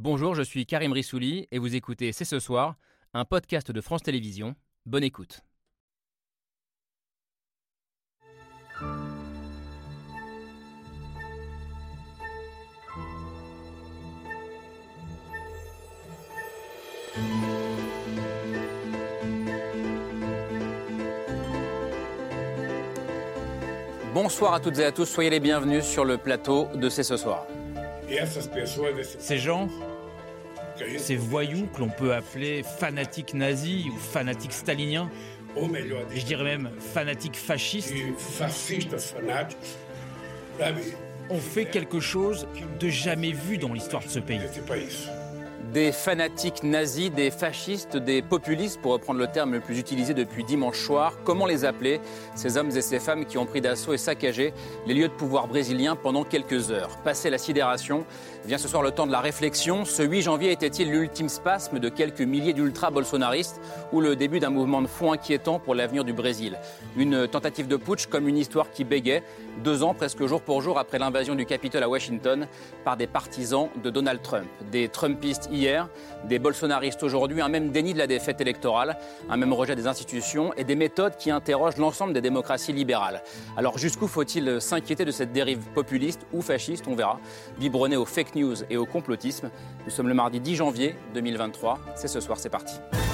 Bonjour, je suis Karim Rissouli et vous écoutez C'est ce soir, un podcast de France Télévisions. Bonne écoute. Bonsoir à toutes et à tous, soyez les bienvenus sur le plateau de C'est ce soir. Ces gens, ces voyous que l'on peut appeler fanatiques nazis ou fanatiques staliniens, et je dirais même fanatiques fascistes, ont fait quelque chose de jamais vu dans l'histoire de ce pays. Des fanatiques nazis, des fascistes, des populistes, pour reprendre le terme le plus utilisé depuis dimanche soir. Comment les appeler, ces hommes et ces femmes qui ont pris d'assaut et saccagé les lieux de pouvoir brésiliens pendant quelques heures? Passé la sidération, vient ce soir le temps de la réflexion. Ce 8 janvier était-il l'ultime spasme de quelques milliers d'ultra-bolsonaristes ou le début d'un mouvement de fond inquiétant pour l'avenir du Brésil? Une tentative de putsch comme une histoire qui bégait, 2 ans presque jour pour jour après l'invasion du Capitole à Washington par des partisans de Donald Trump. Des Trumpistes hier, des bolsonaristes aujourd'hui, un même déni de la défaite électorale, un même rejet des institutions et des méthodes qui interrogent l'ensemble des démocraties libérales. Alors jusqu'où faut-il s'inquiéter de cette dérive populiste ou fasciste? On verra. Biberonné aux fake news et au complotisme. Nous sommes le mardi 10 janvier 2023. C'est ce soir, c'est parti.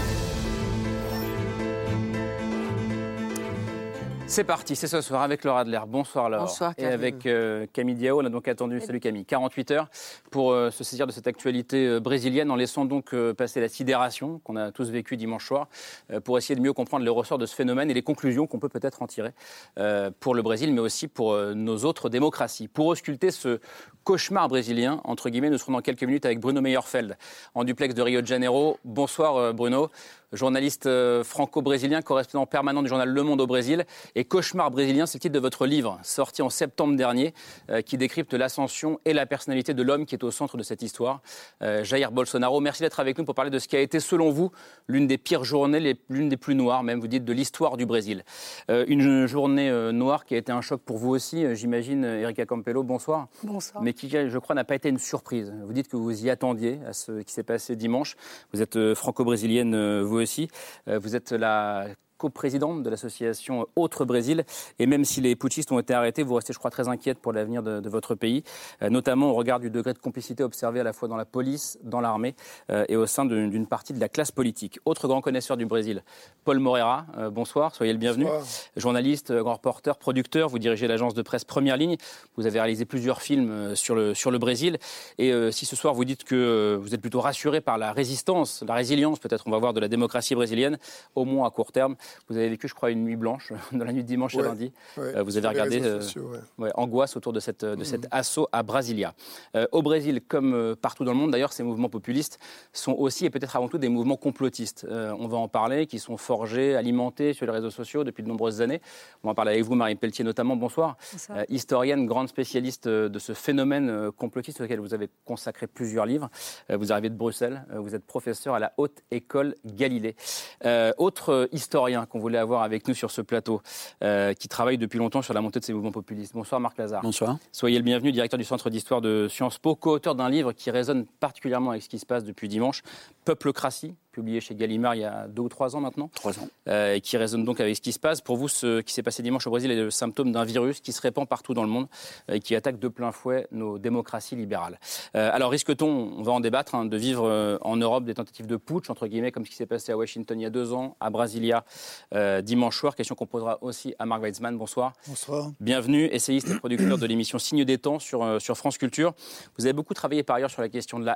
C'est parti, c'est ce soir avec Laura Adler. Bonsoir Laura. Bonsoir Camille. Et avec Camille Diao, on a donc attendu, salut Camille, 48 heures pour se saisir de cette actualité brésilienne en laissant donc passer la sidération qu'on a tous vécue dimanche soir pour essayer de mieux comprendre les ressorts de ce phénomène et les conclusions qu'on peut peut-être en tirer pour le Brésil mais aussi pour nos autres démocraties. Pour ausculter ce cauchemar brésilien, entre guillemets, nous serons dans quelques minutes avec Bruno Meyerfeld en duplex de Rio de Janeiro. Bonsoir Bruno. Journaliste franco-brésilien, correspondant permanent du journal Le Monde au Brésil. Et Cauchemar brésilien, c'est le titre de votre livre, sorti en septembre dernier, qui décrypte l'ascension et la personnalité de l'homme qui est au centre de cette histoire, Jair Bolsonaro. Merci d'être avec nous pour parler de ce qui a été, selon vous, l'une des pires journées, l'une des plus noires, même, vous dites, de l'histoire du Brésil. Une journée noire qui a été un choc pour vous aussi, j'imagine, Erika Campello, bonsoir. Bonsoir. Mais qui, je crois, n'a pas été une surprise. Vous dites que vous y attendiez à ce qui s'est passé dimanche. Vous êtes franco-brésilienne, vous aussi. Vous êtes la coprésidente de l'association Autre Brésil. Et même si les putschistes ont été arrêtés, vous restez, je crois, très inquiète pour l'avenir de votre pays, notamment au regard du degré de complicité observé à la fois dans la police, dans l'armée et au sein d'une partie de la classe politique. Autre grand connaisseur du Brésil, Paul Moreira. Bonsoir, soyez le bienvenu. Bonsoir. Journaliste, grand reporter, producteur, vous dirigez l'agence de presse Première Ligne. Vous avez réalisé plusieurs films sur le Brésil. Et si ce soir vous dites que vous êtes plutôt rassuré par la résistance, la résilience peut-être, on va voir, de la démocratie brésilienne, au moins à court terme, vous avez vécu, je crois, une nuit blanche, dans la nuit de dimanche à lundi. Vous avez regardé angoisse autour de cet assaut à Brasilia. Au Brésil, comme partout dans le monde, d'ailleurs, ces mouvements populistes sont aussi et peut-être avant tout des mouvements complotistes. On va en parler, qui sont forgés, alimentés sur les réseaux sociaux depuis de nombreuses années. On va en parler avec vous, Marie Pelletier, notamment. Bonsoir. Bonsoir. Historienne, grande spécialiste de ce phénomène complotiste auquel vous avez consacré plusieurs livres. Vous arrivez de Bruxelles, vous êtes professeur à la Haute École Galilée. Autre historien qu'on voulait avoir avec nous sur ce plateau, qui travaille depuis longtemps sur la montée de ces mouvements populistes. Bonsoir Marc Lazare. Bonsoir. Soyez le bienvenu, directeur du Centre d'Histoire de Sciences Po, co-auteur d'un livre qui résonne particulièrement avec ce qui se passe depuis dimanche, Peuplocratie, publié chez Gallimard il y a 2 ou 3 ans maintenant. 3 ans. Et qui résonne donc avec ce qui se passe. Pour vous, ce qui s'est passé dimanche au Brésil est le symptôme d'un virus qui se répand partout dans le monde et qui attaque de plein fouet nos démocraties libérales. Alors risque-t-on, on va en débattre, de vivre en Europe des tentatives de putsch, entre guillemets, comme ce qui s'est passé à Washington il y a 2 ans, à Brasilia dimanche soir? Question qu'on posera aussi à Marc Weitzman. Bonsoir. Bonsoir. Bienvenue, essayiste et producteur de l'émission Signe des temps sur France Culture. Vous avez beaucoup travaillé par ailleurs sur la question de la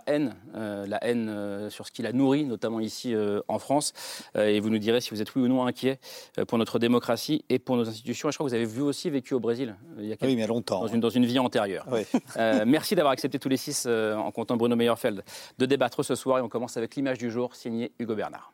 haine sur ce qui la nourrit, notamment ici en France. Et vous nous direz si vous êtes oui ou non inquiet pour notre démocratie et pour nos institutions. Et je crois que vous avez vécu au Brésil il y a oui, mais longtemps. dans une vie antérieure. Oui. Merci d'avoir accepté tous les 6, en comptant Bruno Meyerfeld, de débattre ce soir. Et on commence avec l'image du jour, signée Hugo Bernard.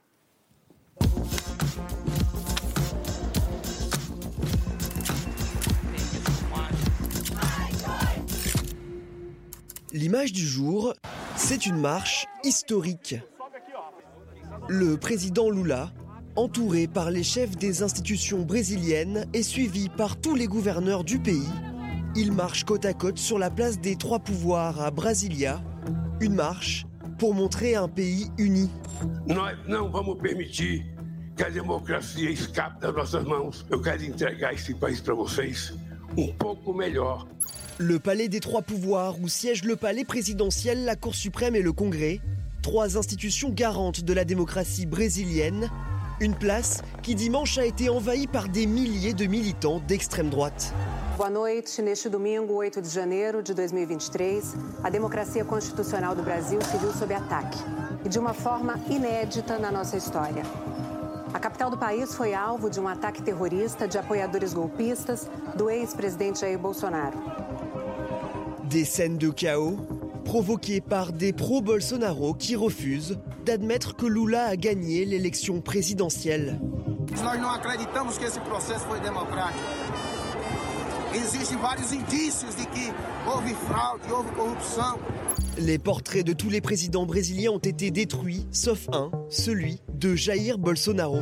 L'image du jour, c'est une marche historique. Le président Lula, entouré par les chefs des institutions brésiliennes et suivi par tous les gouverneurs du pays, il marche côte à côte sur la place des 3 pouvoirs à Brasilia. Une marche pour montrer un pays uni. Nós não vamos permitir que a democracia escape das nossas mãos. Eu quero entregar esse país para vocês pouco melhor. Le palais des trois pouvoirs où siège le palais présidentiel, la Cour suprême et le Congrès. 3 institutions garantes de la démocratie brésilienne. Une place qui dimanche a été envahie par des milliers de militants d'extrême droite. Boa noite. Neste domingo, 8 de janeiro de 2023, a democracia constitucional do Brasil se viu sob ataque. E de uma forma inédita na nossa história. A capital do país foi alvo de ataque terrorista de apoiadores golpistas do ex-presidente Jair Bolsonaro. Des scènes de chaos provoquées par des pro-Bolsonaro qui refusent d'admettre que Lula a gagné l'élection présidentielle. Nós não acreditamos que esse processo foi democrático. Existem vários indícios de que houve fraude, houve corrupção. Les portraits de tous les présidents brésiliens ont été détruits, sauf un, celui de Jair Bolsonaro.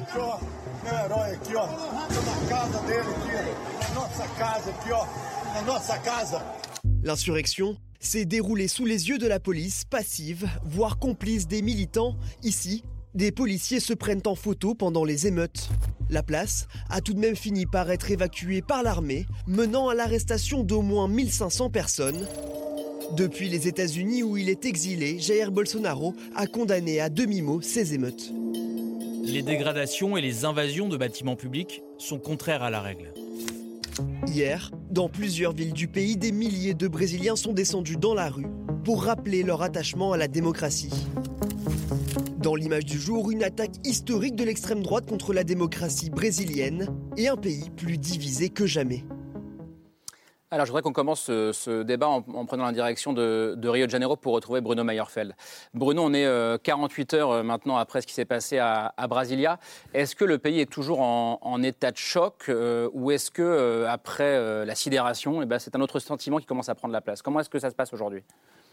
L'insurrection s'est déroulée sous les yeux de la police, passive, voire complice des militants. Ici, des policiers se prennent en photo pendant les émeutes. La place a tout de même fini par être évacuée par l'armée, menant à l'arrestation d'au moins 1500 personnes. Depuis les États-Unis où il est exilé, Jair Bolsonaro a condamné à demi-mot ces émeutes. Les dégradations et les invasions de bâtiments publics sont contraires à la règle. Hier, dans plusieurs villes du pays, des milliers de Brésiliens sont descendus dans la rue pour rappeler leur attachement à la démocratie. Dans l'image du jour, une attaque historique de l'extrême droite contre la démocratie brésilienne et un pays plus divisé que jamais. Alors, je voudrais qu'on commence ce débat en prenant la direction de Rio de Janeiro pour retrouver Bruno Meyerfeld. Bruno, on est 48 heures maintenant après ce qui s'est passé à Brasilia. Est-ce que le pays est toujours en état de choc ou est-ce que après la sidération, c'est un autre sentiment qui commence à prendre la place? Comment est-ce que ça se passe aujourd'hui?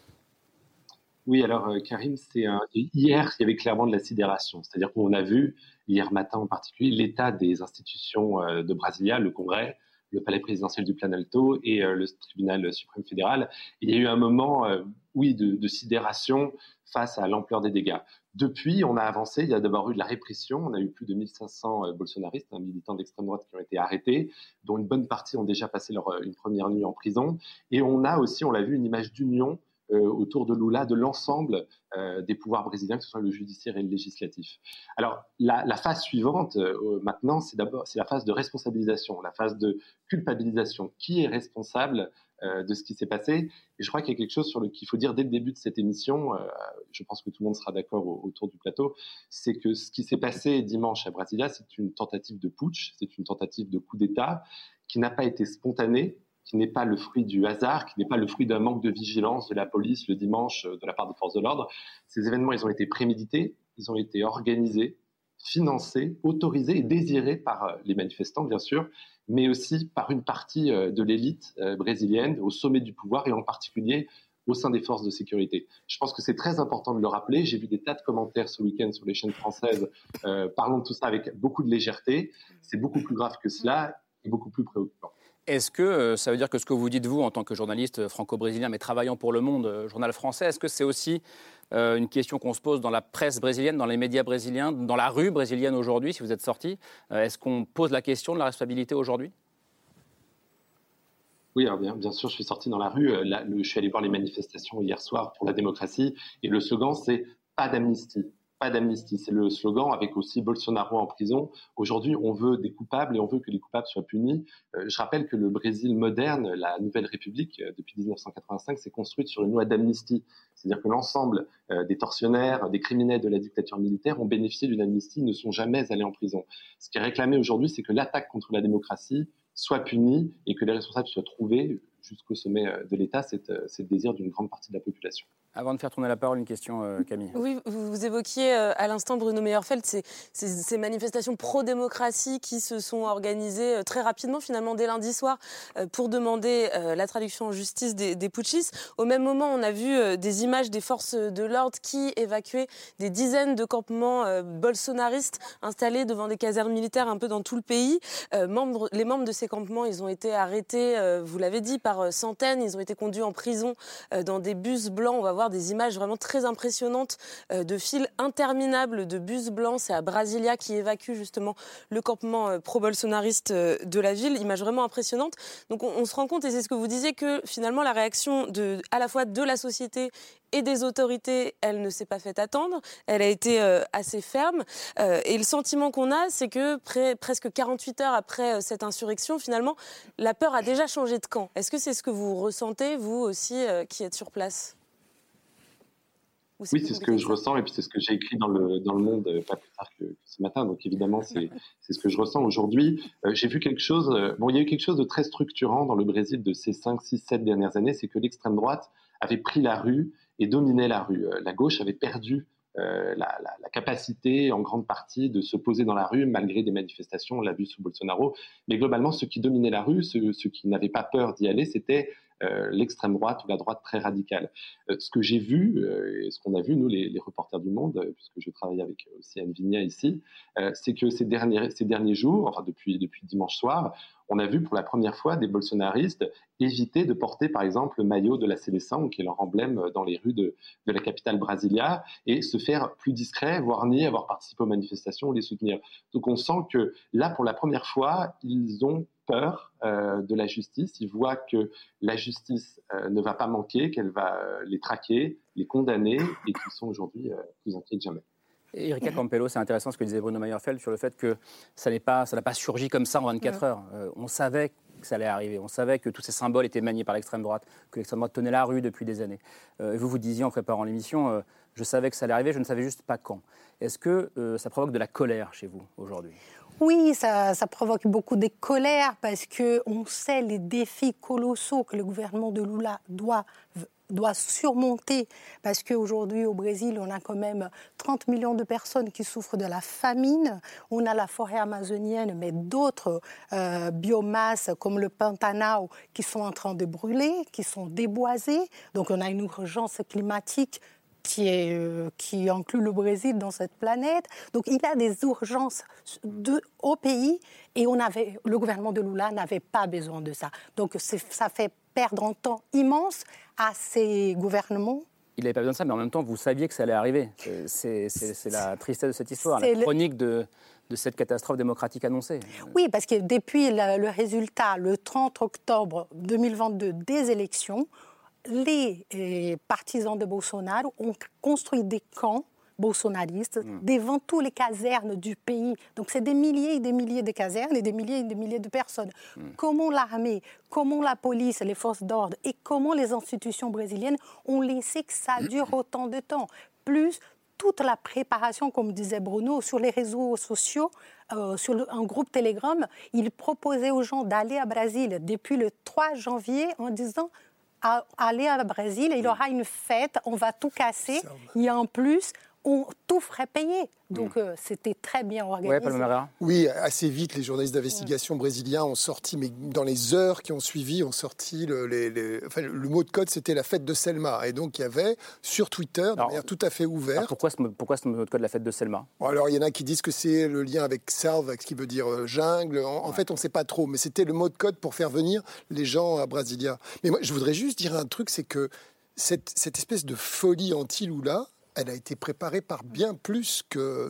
Oui, alors Karim, hier, il y avait clairement de la sidération. C'est-à-dire qu'on a vu, hier matin en particulier, l'état des institutions de Brasilia, le Congrès, le palais présidentiel du Planalto et le tribunal suprême fédéral. Il y a eu un moment, de sidération face à l'ampleur des dégâts. Depuis, on a avancé. Il y a d'abord eu de la répression. On a eu plus de 1500 bolsonaristes, militants d'extrême droite qui ont été arrêtés, dont une bonne partie ont déjà passé une première nuit en prison. Et on a aussi, on l'a vu, une image d'union autour de Lula, de l'ensemble des pouvoirs brésiliens, que ce soit le judiciaire et le législatif. Alors, la phase suivante, maintenant, c'est la phase de responsabilisation, la phase de culpabilisation. Qui est responsable de ce qui s'est passé? Et je crois qu'il y a quelque chose qu'il faut dire dès le début de cette émission, je pense que tout le monde sera d'accord autour du plateau, c'est que ce qui s'est passé dimanche à Brasilia, c'est une tentative de putsch, c'est une tentative de coup d'État qui n'a pas été spontanée, qui n'est pas le fruit du hasard, qui n'est pas le fruit d'un manque de vigilance de la police le dimanche de la part des forces de l'ordre. Ces événements, ils ont été prémédités, ils ont été organisés, financés, autorisés et désirés par les manifestants, bien sûr, mais aussi par une partie de l'élite brésilienne au sommet du pouvoir et en particulier au sein des forces de sécurité. Je pense que c'est très important de le rappeler. J'ai vu des tas de commentaires ce week-end sur les chaînes françaises parlant de tout ça avec beaucoup de légèreté. C'est beaucoup plus grave que cela et beaucoup plus préoccupant. Est-ce que ça veut dire que ce que vous dites, vous, en tant que journaliste franco-brésilien, mais travaillant pour Le Monde, journal français, est-ce que c'est aussi une question qu'on se pose dans la presse brésilienne, dans les médias brésiliens, dans la rue brésilienne aujourd'hui, si vous êtes sorti? Est-ce qu'on pose la question de la responsabilité aujourd'hui? Oui, alors bien sûr, je suis sorti dans la rue. Je suis allé voir les manifestations hier soir pour la démocratie. Et le slogan, c'est « pas d'amnistie ». Pas d'amnistie, c'est le slogan, avec aussi Bolsonaro en prison. Aujourd'hui, on veut des coupables et on veut que les coupables soient punis. Je rappelle que le Brésil moderne, la Nouvelle République, depuis 1985, s'est construite sur une loi d'amnistie. C'est-à-dire que l'ensemble des tortionnaires, des criminels de la dictature militaire ont bénéficié d'une amnistie, ne sont jamais allés en prison. Ce qui est réclamé aujourd'hui, c'est que l'attaque contre la démocratie soit punie et que les responsables soient trouvés jusqu'au sommet de l'État. C'est le désir d'une grande partie de la population. Avant de faire tourner la parole, une question, Camille. Oui, vous évoquiez à l'instant, Bruno Meyerfeld, ces manifestations pro-démocratie qui se sont organisées très rapidement, finalement, dès lundi soir, pour demander la traduction en justice des putschistes. Au même moment, on a vu des images des forces de l'ordre qui évacuaient des dizaines de campements bolsonaristes installés devant des casernes militaires un peu dans tout le pays. Les membres de ces campements, ils ont été arrêtés, vous l'avez dit, par par centaines. Ils ont été conduits en prison dans des bus blancs. On va voir des images vraiment très impressionnantes de files interminables de bus blancs. C'est à Brasilia qui évacue justement le campement pro-bolsonariste de la ville. Image vraiment impressionnante. Donc on se rend compte, et c'est ce que vous disiez, que finalement la réaction à la fois de la société et des autorités, elle ne s'est pas fait attendre. Elle a été assez ferme. Et le sentiment qu'on a, c'est que presque 48 heures après cette insurrection, finalement, la peur a déjà changé de camp. Est-ce que c'est ce que vous ressentez, vous aussi, qui êtes sur place ? Oui, c'est ce que je ressens, et puis c'est ce que j'ai écrit dans le Monde pas plus tard que ce matin. Donc évidemment, c'est ce que je ressens aujourd'hui. J'ai vu quelque chose. Il y a eu quelque chose de très structurant dans le Brésil de ces 5, 6, 7 dernières années, c'est que l'extrême droite avait pris la rue et dominait la rue. La gauche avait perdu la capacité, en grande partie, de se poser dans la rue, malgré des manifestations. On l'a vu sous Bolsonaro. Mais globalement, ceux qui dominaient la rue, ceux qui n'avaient pas peur d'y aller, c'était l'extrême droite ou la droite très radicale. Ce que j'ai vu, et ce qu'on a vu, nous, les reporters du Monde, puisque je travaille avec aussi Anne Vigna ici, c'est que ces derniers jours, enfin depuis dimanche soir, on a vu pour la première fois des bolsonaristes éviter de porter, par exemple, le maillot de la Seleção, qui est leur emblème dans les rues de la capitale Brasilia, et se faire plus discret, voire nier avoir participé aux manifestations ou les soutenir. Donc on sent que là, pour la première fois, ils ont peur de la justice. Ils voient que la justice ne va pas manquer, qu'elle va les traquer, les condamner, et qu'ils sont aujourd'hui plus inquiets que jamais. Erika Campello, c'est intéressant ce que disait Bruno Meyerfeld sur le fait que ça n'a pas surgi comme ça en 24 heures. On savait que ça allait arriver. On savait que tous ces symboles étaient maniés par l'extrême droite, que l'extrême droite tenait la rue depuis des années. Vous disiez en préparant l'émission, je savais que ça allait arriver, je ne savais juste pas quand. Est-ce que ça provoque de la colère chez vous aujourd'hui ? Oui, ça provoque beaucoup de colère parce qu'on sait les défis colossaux que le gouvernement de Lula doit surmonter, parce qu'aujourd'hui au Brésil, on a quand même 30 millions de personnes qui souffrent de la famine. On a la forêt amazonienne, mais d'autres biomasses comme le Pantanal qui sont en train de brûler, qui sont déboisées. Donc on a une urgence climatique qui inclut le Brésil dans cette planète. Donc il y a des urgences au pays et le gouvernement de Lula n'avait pas besoin de ça. Donc ça fait perdre un temps immense à ces gouvernements. Il n'avait pas besoin de ça, mais en même temps, vous saviez que ça allait arriver. C'est la tristesse de cette histoire, la chronique de cette catastrophe démocratique annoncée. Oui, parce que depuis le résultat, le 30 octobre 2022 des élections, les partisans de Bolsonaro ont construit des camps bolsonaristes devant toutes les casernes du pays. Donc c'est des milliers et des milliers de casernes et des milliers de personnes. Comment l'armée, comment la police, les forces d'ordre et comment les institutions brésiliennes ont laissé que ça dure autant de temps. Plus toute la préparation, comme disait Bruno, sur les réseaux sociaux, sur un groupe Telegram, il proposait aux gens d'aller à Brésil depuis le 3 janvier en disant aller à Brésil, il y aura une fête, on va tout casser, et en plus, tout ferait payer. Donc c'était très bien organisé. Oui, assez vite, les journalistes d'investigation brésiliens ont sorti, mais dans les heures qui ont suivi, ont sorti le mot de code, c'était la fête de Selma. Et donc il y avait sur Twitter, de manière tout à fait ouverte. Pourquoi ce mot de code, la fête de Selma ? Alors il y en a qui disent que c'est le lien avec selva, ce qui veut dire jungle. En fait, on ne sait pas trop, mais c'était le mot de code pour faire venir les gens à Brasilia. Mais moi, je voudrais juste dire un truc, c'est que cette espèce de folie anti-Lula, elle a été préparée par bien plus que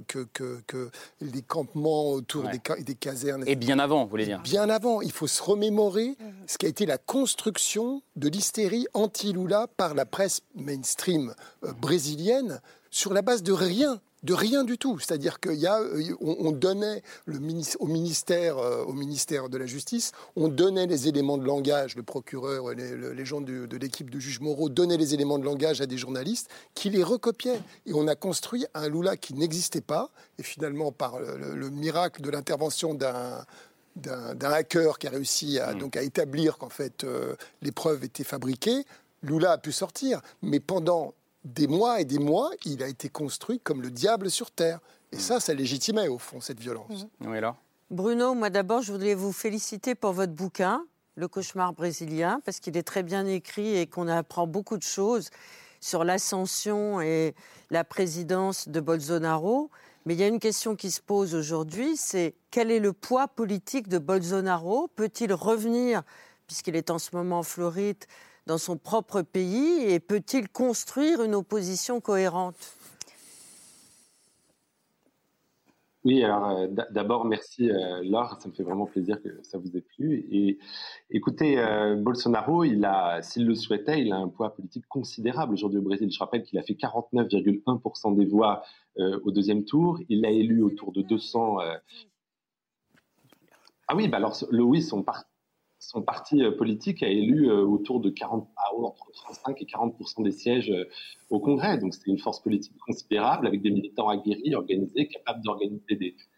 les campements autour des casernes. Et bien avant, vous voulez dire ? Bien avant. Il faut se remémorer ce qui a été la construction de l'hystérie anti-Lula par la presse mainstream brésilienne sur la base de rien. De rien du tout. C'est-à-dire qu'on donnait au ministère de la Justice, on donnait les éléments de langage, le procureur, les gens de l'équipe de juges moraux donnaient les éléments de langage à des journalistes qui les recopiaient. Et on a construit un Lula qui n'existait pas. Et finalement, par le miracle de l'intervention d'un hacker qui a réussi à établir qu'en fait les preuves étaient fabriquées, Lula a pu sortir. Mais pendant des mois et des mois, il a été construit comme le diable sur terre. Et ça légitimait, au fond, cette violence. Oui, là. Bruno, moi d'abord, je voudrais vous féliciter pour votre bouquin, Le cauchemar brésilien, parce qu'il est très bien écrit et qu'on apprend beaucoup de choses sur l'ascension et la présidence de Bolsonaro. Mais il y a une question qui se pose aujourd'hui, c'est quel est le poids politique de Bolsonaro ? Peut-il revenir puisqu'il est en ce moment en Floride, dans son propre pays, et peut-il construire une opposition cohérente ? Oui, alors d'abord, merci Laure, ça me fait vraiment plaisir que ça vous ait plu. Et écoutez, Bolsonaro, s'il le souhaitait, il a un poids politique considérable aujourd'hui au Brésil. Je rappelle qu'il a fait 49,1% des voix au deuxième tour. Il l'a élu autour de 200... Ah oui, bah alors son parti politique a élu autour de entre 35 et 40% des sièges au Congrès. Donc, c'est une force politique considérable avec des militants aguerris, organisés, capables d'organiser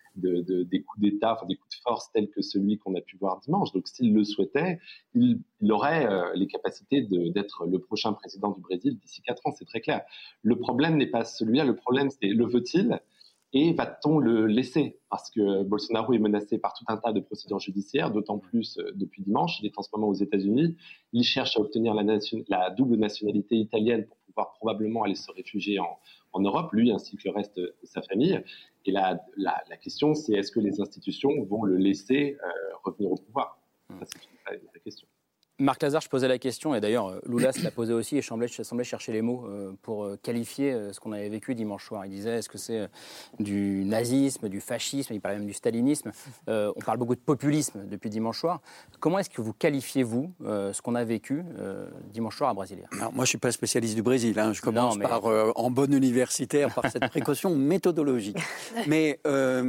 des coups d'État, des coups de force tels que celui qu'on a pu voir dimanche. Donc, s'il le souhaitait, il aurait les capacités d'être le prochain président du Brésil d'ici 4 ans, c'est très clair. Le problème n'est pas celui-là, le problème c'est le veut-il ? Et va-t-on le laisser ? Parce que Bolsonaro est menacé par tout un tas de procédures judiciaires, d'autant plus depuis dimanche. Il est en ce moment aux États-Unis. Il cherche à obtenir la double nationalité italienne pour pouvoir probablement aller se réfugier en Europe, lui ainsi que le reste de sa famille. Et la question, c'est est-ce que les institutions vont le laisser revenir au pouvoir ? Ça, c'est une vraie question. Marc Lazare, je posais la question, et d'ailleurs Lula se l'a posé aussi, et semblait chercher les mots pour qualifier ce qu'on avait vécu dimanche soir. Il disait, est-ce que c'est du nazisme, du fascisme, il parlait même du stalinisme. On parle beaucoup de populisme depuis dimanche soir. Comment est-ce que vous qualifiez, vous, ce qu'on a vécu dimanche soir à Brasilia ? Alors, moi, je ne suis pas spécialiste du Brésil. Je commence par, en bonne universitaire, par cette précaution méthodologique. Mais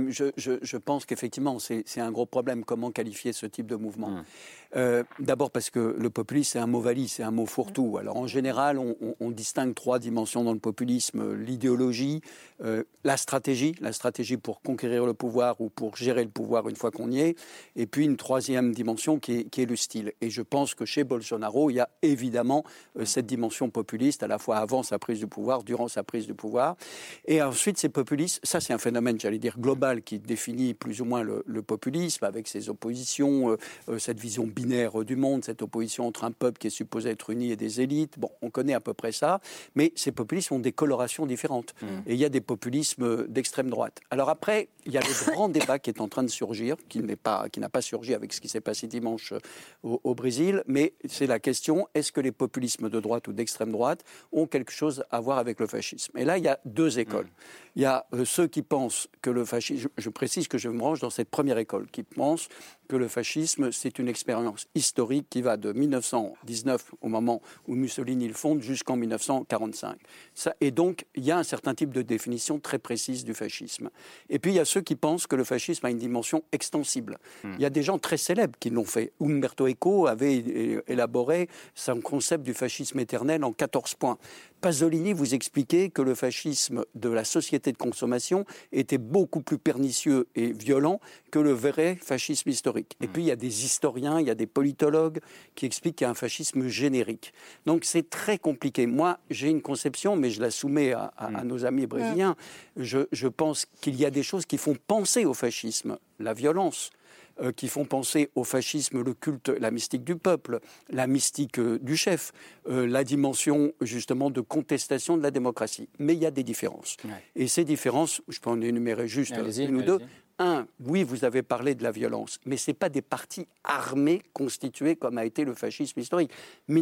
je pense qu'effectivement, c'est un gros problème. Comment qualifier ce type de mouvement ? D'abord parce que le populisme, c'est un mot valise, c'est un mot fourre-tout. Alors en général, on distingue 3 dimensions dans le populisme. L'idéologie, la stratégie pour conquérir le pouvoir ou pour gérer le pouvoir une fois qu'on y est, et puis une 3e dimension qui est le style. Et je pense que chez Bolsonaro, il y a évidemment cette dimension populiste, à la fois avant sa prise du pouvoir, durant sa prise du pouvoir. Et ensuite, ces populistes, ça c'est un phénomène, j'allais dire, global qui définit plus ou moins le populisme, avec ses oppositions, cette vision binaire du monde, cette opposition entre un peuple qui est supposé être uni et des élites. Bon, on connaît à peu près ça, mais ces populismes ont des colorations différentes. Et il y a des populismes d'extrême droite. Alors après, il y a le grand débat qui est en train de surgir, qui n'a pas surgi avec ce qui s'est passé dimanche au Brésil, mais c'est la question, est-ce que les populismes de droite ou d'extrême droite ont quelque chose à voir avec le fascisme ? Et là, il y a 2 écoles. Il y a ceux qui pensent que le fascisme, je précise que je me range dans cette première école, qui pensent que le fascisme, c'est une expérience historique qui va de 1919, au moment où Mussolini le fonde, jusqu'en 1945. Et donc, il y a un certain type de définition très précise du fascisme. Et puis, il y a ceux qui pensent que le fascisme a une dimension extensible. Il y a des gens très célèbres qui l'ont fait. Umberto Eco avait élaboré son concept du fascisme éternel en 14 points. Pasolini vous expliquait que le fascisme de la société de consommation était beaucoup plus pernicieux et violent que le vrai fascisme historique. Et puis il y a des historiens, il y a des politologues qui expliquent qu'il y a un fascisme générique. Donc c'est très compliqué. Moi, j'ai une conception, mais je la soumets à nos amis brésiliens. Je pense qu'il y a des choses qui font penser au fascisme, la violence, qui font penser au fascisme, le culte, la mystique du peuple, la mystique du chef, la dimension justement de contestation de la démocratie. Mais il y a des différences. Et ces différences, je peux en énumérer juste une ou deux. Oui, vous avez parlé de la violence, mais ce n'est pas des partis armés constitués comme a été le fascisme historique.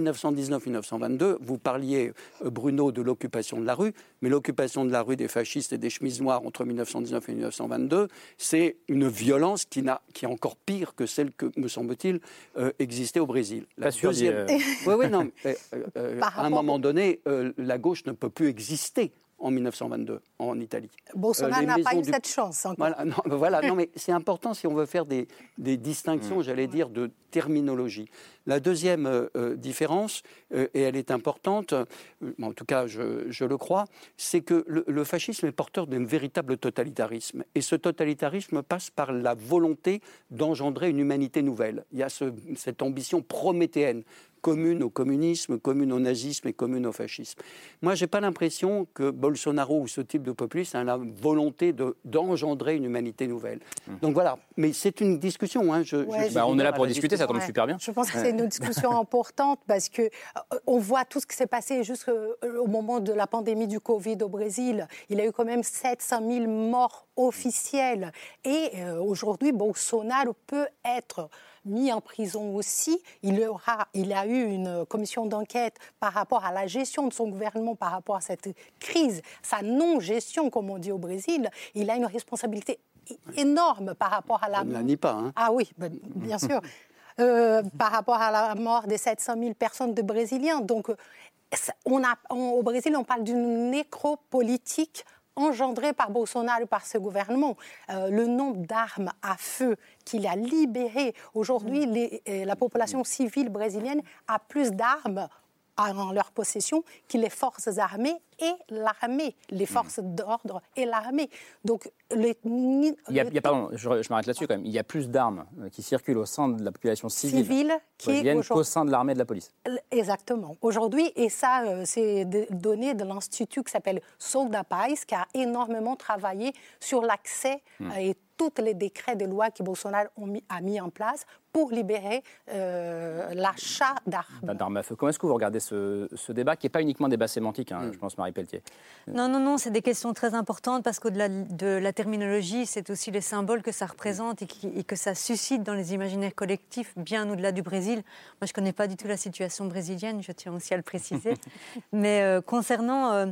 1919-1922, vous parliez, Bruno, de l'occupation de la rue, mais l'occupation de la rue des fascistes et des chemises noires entre 1919 et 1922, c'est une violence qui est encore pire que celle que, me semble-t-il, existait au Brésil. La deuxième... à un moment donné, la gauche ne peut plus exister en 1922, en Italie. Bolsonaro n'a pas eu cette chance encore. Voilà, mais c'est important si on veut faire des distinctions, j'allais dire, de terminologie. La deuxième différence, et elle est importante, en tout cas je le crois, c'est que le fascisme est porteur d'un véritable totalitarisme. Et ce totalitarisme passe par la volonté d'engendrer une humanité nouvelle. Il y a cette ambition prométhéenne, commune au communisme, commune au nazisme et commune au fascisme. Moi, je n'ai pas l'impression que Bolsonaro ou ce type de populisme a la volonté d'engendrer une humanité nouvelle. Donc voilà, mais c'est une discussion. On est là pour discuter, ça tombe super bien. Je pense que c'est une discussion importante parce qu'on voit tout ce qui s'est passé jusqu'au moment de la pandémie du Covid au Brésil. Il y a eu quand même 700 000 morts officiels. Et aujourd'hui, Bolsonaro peut être mis en prison aussi. Il a eu une commission d'enquête par rapport à la gestion de son gouvernement, par rapport à cette crise, sa non-gestion, comme on dit au Brésil. Il a une responsabilité énorme par rapport à la... On ne la nie pas. Hein. Ah oui, bien sûr. Par rapport à la mort des 700 000 personnes de Brésiliens. Donc, au Brésil, on parle d'une nécropolitique engendrée par Bolsonaro, par ce gouvernement. Le nombre d'armes à feu qu'il a libérées. Aujourd'hui, la population civile brésilienne a plus d'armes en leur possession que les forces armées et l'armée, les forces d'ordre et l'armée. Donc, pardon, je m'arrête là-dessus quand même. Il y a plus d'armes qui circulent au sein de la population civile qu'au sein de l'armée et de la police. Exactement. Aujourd'hui, et ça, c'est des données de l'institut qui s'appelle Sou da Paz, qui a énormément travaillé sur l'accès et tous les décrets de loi que Bolsonaro a mis en place pour libérer l'achat d'armes. D'armes à feu. Comment est-ce que vous regardez ce débat, qui n'est pas uniquement un débat sémantique, je pense, Marie Pelletier? Non, c'est des questions très importantes parce qu'au-delà de la terminologie, c'est aussi les symboles que ça représente et que ça suscite dans les imaginaires collectifs, bien au-delà du Brésil. Moi, je ne connais pas du tout la situation brésilienne, je tiens aussi à le préciser. Mais concernant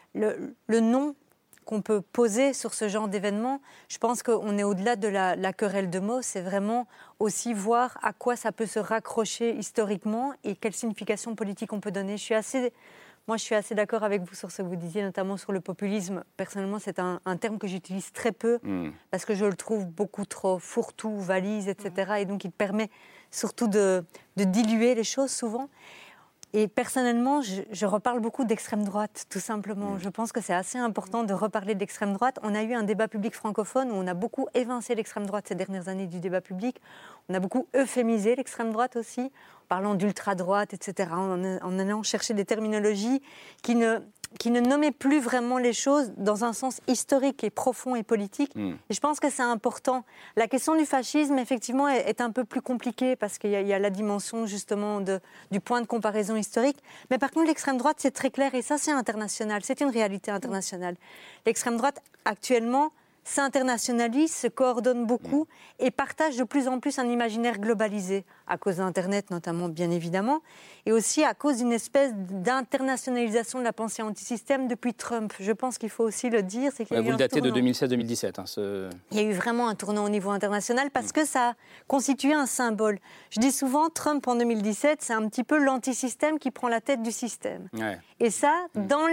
le nom qu'on peut poser sur ce genre d'événement, je pense qu'on est au-delà de la querelle de mots, c'est vraiment aussi voir à quoi ça peut se raccrocher historiquement et quelle signification politique on peut donner. Je suis assez d'accord avec vous sur ce que vous disiez, notamment sur le populisme. Personnellement, c'est un terme que j'utilise très peu parce que je le trouve beaucoup trop fourre-tout, valise, etc. Et donc, il permet surtout de diluer les choses souvent. Et personnellement, je reparle beaucoup d'extrême droite, tout simplement. Je pense que c'est assez important de reparler d'extrême droite. On a eu un débat public francophone où on a beaucoup évincé l'extrême droite ces dernières années du débat public. On a beaucoup euphémisé l'extrême droite aussi, en parlant d'ultra-droite, etc., en allant chercher des terminologies qui ne nommaient plus vraiment les choses dans un sens historique et profond et politique. Et je pense que c'est important. La question du fascisme, effectivement, est un peu plus compliquée parce qu'il y a la dimension, justement, du point de comparaison historique. Mais par contre, l'extrême droite, c'est très clair et ça, c'est international. C'est une réalité internationale. L'extrême droite, actuellement, s'internationalise, se coordonne beaucoup et partage de plus en plus un imaginaire globalisé, à cause d'Internet notamment, bien évidemment, et aussi à cause d'une espèce d'internationalisation de la pensée anti-système depuis Trump. Je pense qu'il faut aussi le dire. C'est qu'il y a eu vous le datez de 2016-2017. Il y a eu vraiment un tournant au niveau international parce que ça a constitué un symbole. Je dis souvent, Trump en 2017, c'est un petit peu l'anti-système qui prend la tête du système. Ouais. Et ça, dans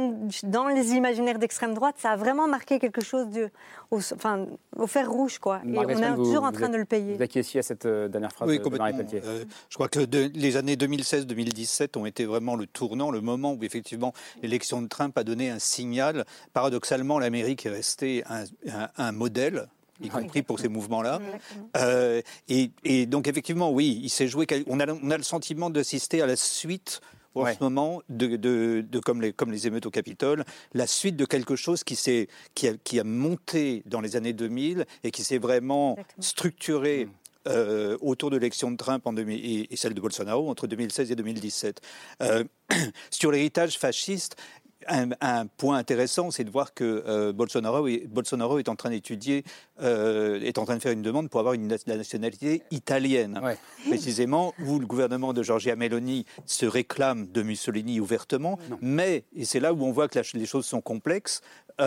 les imaginaires d'extrême droite, ça a vraiment marqué quelque chose au fer rouge, quoi. Et on est toujours en train de le payer. Vous acquiesciez à cette dernière phrase de Marie Pelletier. Je crois que les années 2016-2017 ont été vraiment le tournant, le moment où effectivement l'élection de Trump a donné un signal. Paradoxalement, l'Amérique est restée un modèle, y compris pour ces mouvements-là. Et donc effectivement, oui, il s'est joué. On a le sentiment d'assister à la suite. En ce moment, comme les émeutes au Capitole, la suite de quelque chose qui a monté dans les années 2000 et qui s'est vraiment structuré autour de l'élection de Trump et celle de Bolsonaro entre 2016 et 2017. Sur l'héritage fasciste, un point intéressant, c'est de voir que Bolsonaro est en train d'étudier, est en train de faire une demande pour avoir la nationalité italienne. Ouais. Précisément, où le gouvernement de Giorgia Meloni se réclame de Mussolini ouvertement, mais, et c'est là où on voit que les choses sont complexes,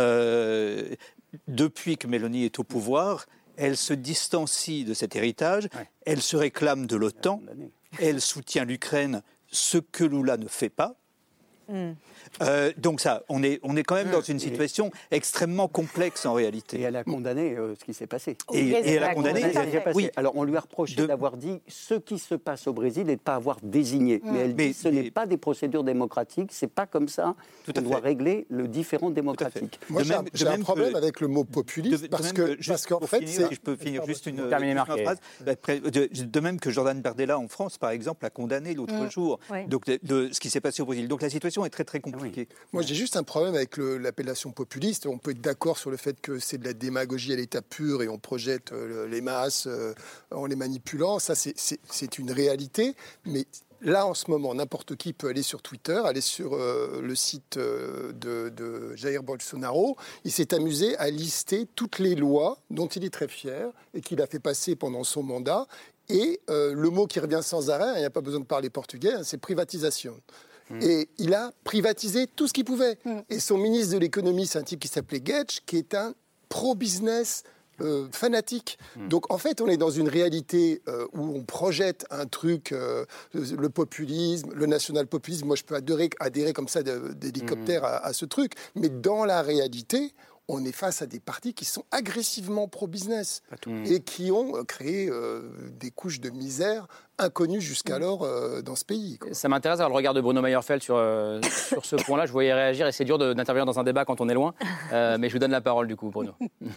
depuis que Meloni est au pouvoir, elle se distancie de cet héritage, elle se réclame de l'OTAN, elle soutient l'Ukraine, ce que Lula ne fait pas. Donc ça, on est quand même dans une situation extrêmement complexe en réalité. Et elle a condamné ce qui s'est passé. Et elle a condamné ce qui s'est passé. Oui. Alors on lui a reproché d'avoir dit ce qui se passe au Brésil et de ne pas avoir désigné. Mais elle dit ce n'est pas des procédures démocratiques, c'est pas comme ça qu'on doit régler le différent démocratique. Moi j'ai un problème avec le mot populiste parce qu'en fait, si je peux finir juste une phrase. De même que Jordan Bardella en France, par exemple, a condamné l'autre jour donc ce qui s'est passé au Brésil. Donc la situation est très très compliquée. Moi, j'ai juste un problème avec l'appellation populiste. On peut être d'accord sur le fait que c'est de la démagogie à l'état pur et on projette les masses en les manipulant. Ça, c'est une réalité. Mais là, en ce moment, n'importe qui peut aller sur Twitter, aller sur le site de Jair Bolsonaro. Il s'est amusé à lister toutes les lois dont il est très fier et qu'il a fait passer pendant son mandat. Et le mot qui revient sans arrêt, il n'y a pas besoin de parler portugais, c'est privatisation. Et il a privatisé tout ce qu'il pouvait. Et son ministre de l'économie, c'est un type qui s'appelait Guedes, qui est un pro-business fanatique. Donc en fait, on est dans une réalité où on projette un truc, le populisme, le national-populisme. Moi, je peux adhérer comme ça d'hélicoptère à ce truc. Mais dans la réalité, on est face à des partis qui sont agressivement pro-business et qui ont créé des couches de misère inconnues jusqu'alors dans ce pays. Ça m'intéresse d'avoir le regard de Bruno Meyerfeld sur ce point-là. Je voyais réagir et c'est dur d'intervenir dans un débat quand on est loin. Mais je vous donne la parole du coup, Bruno.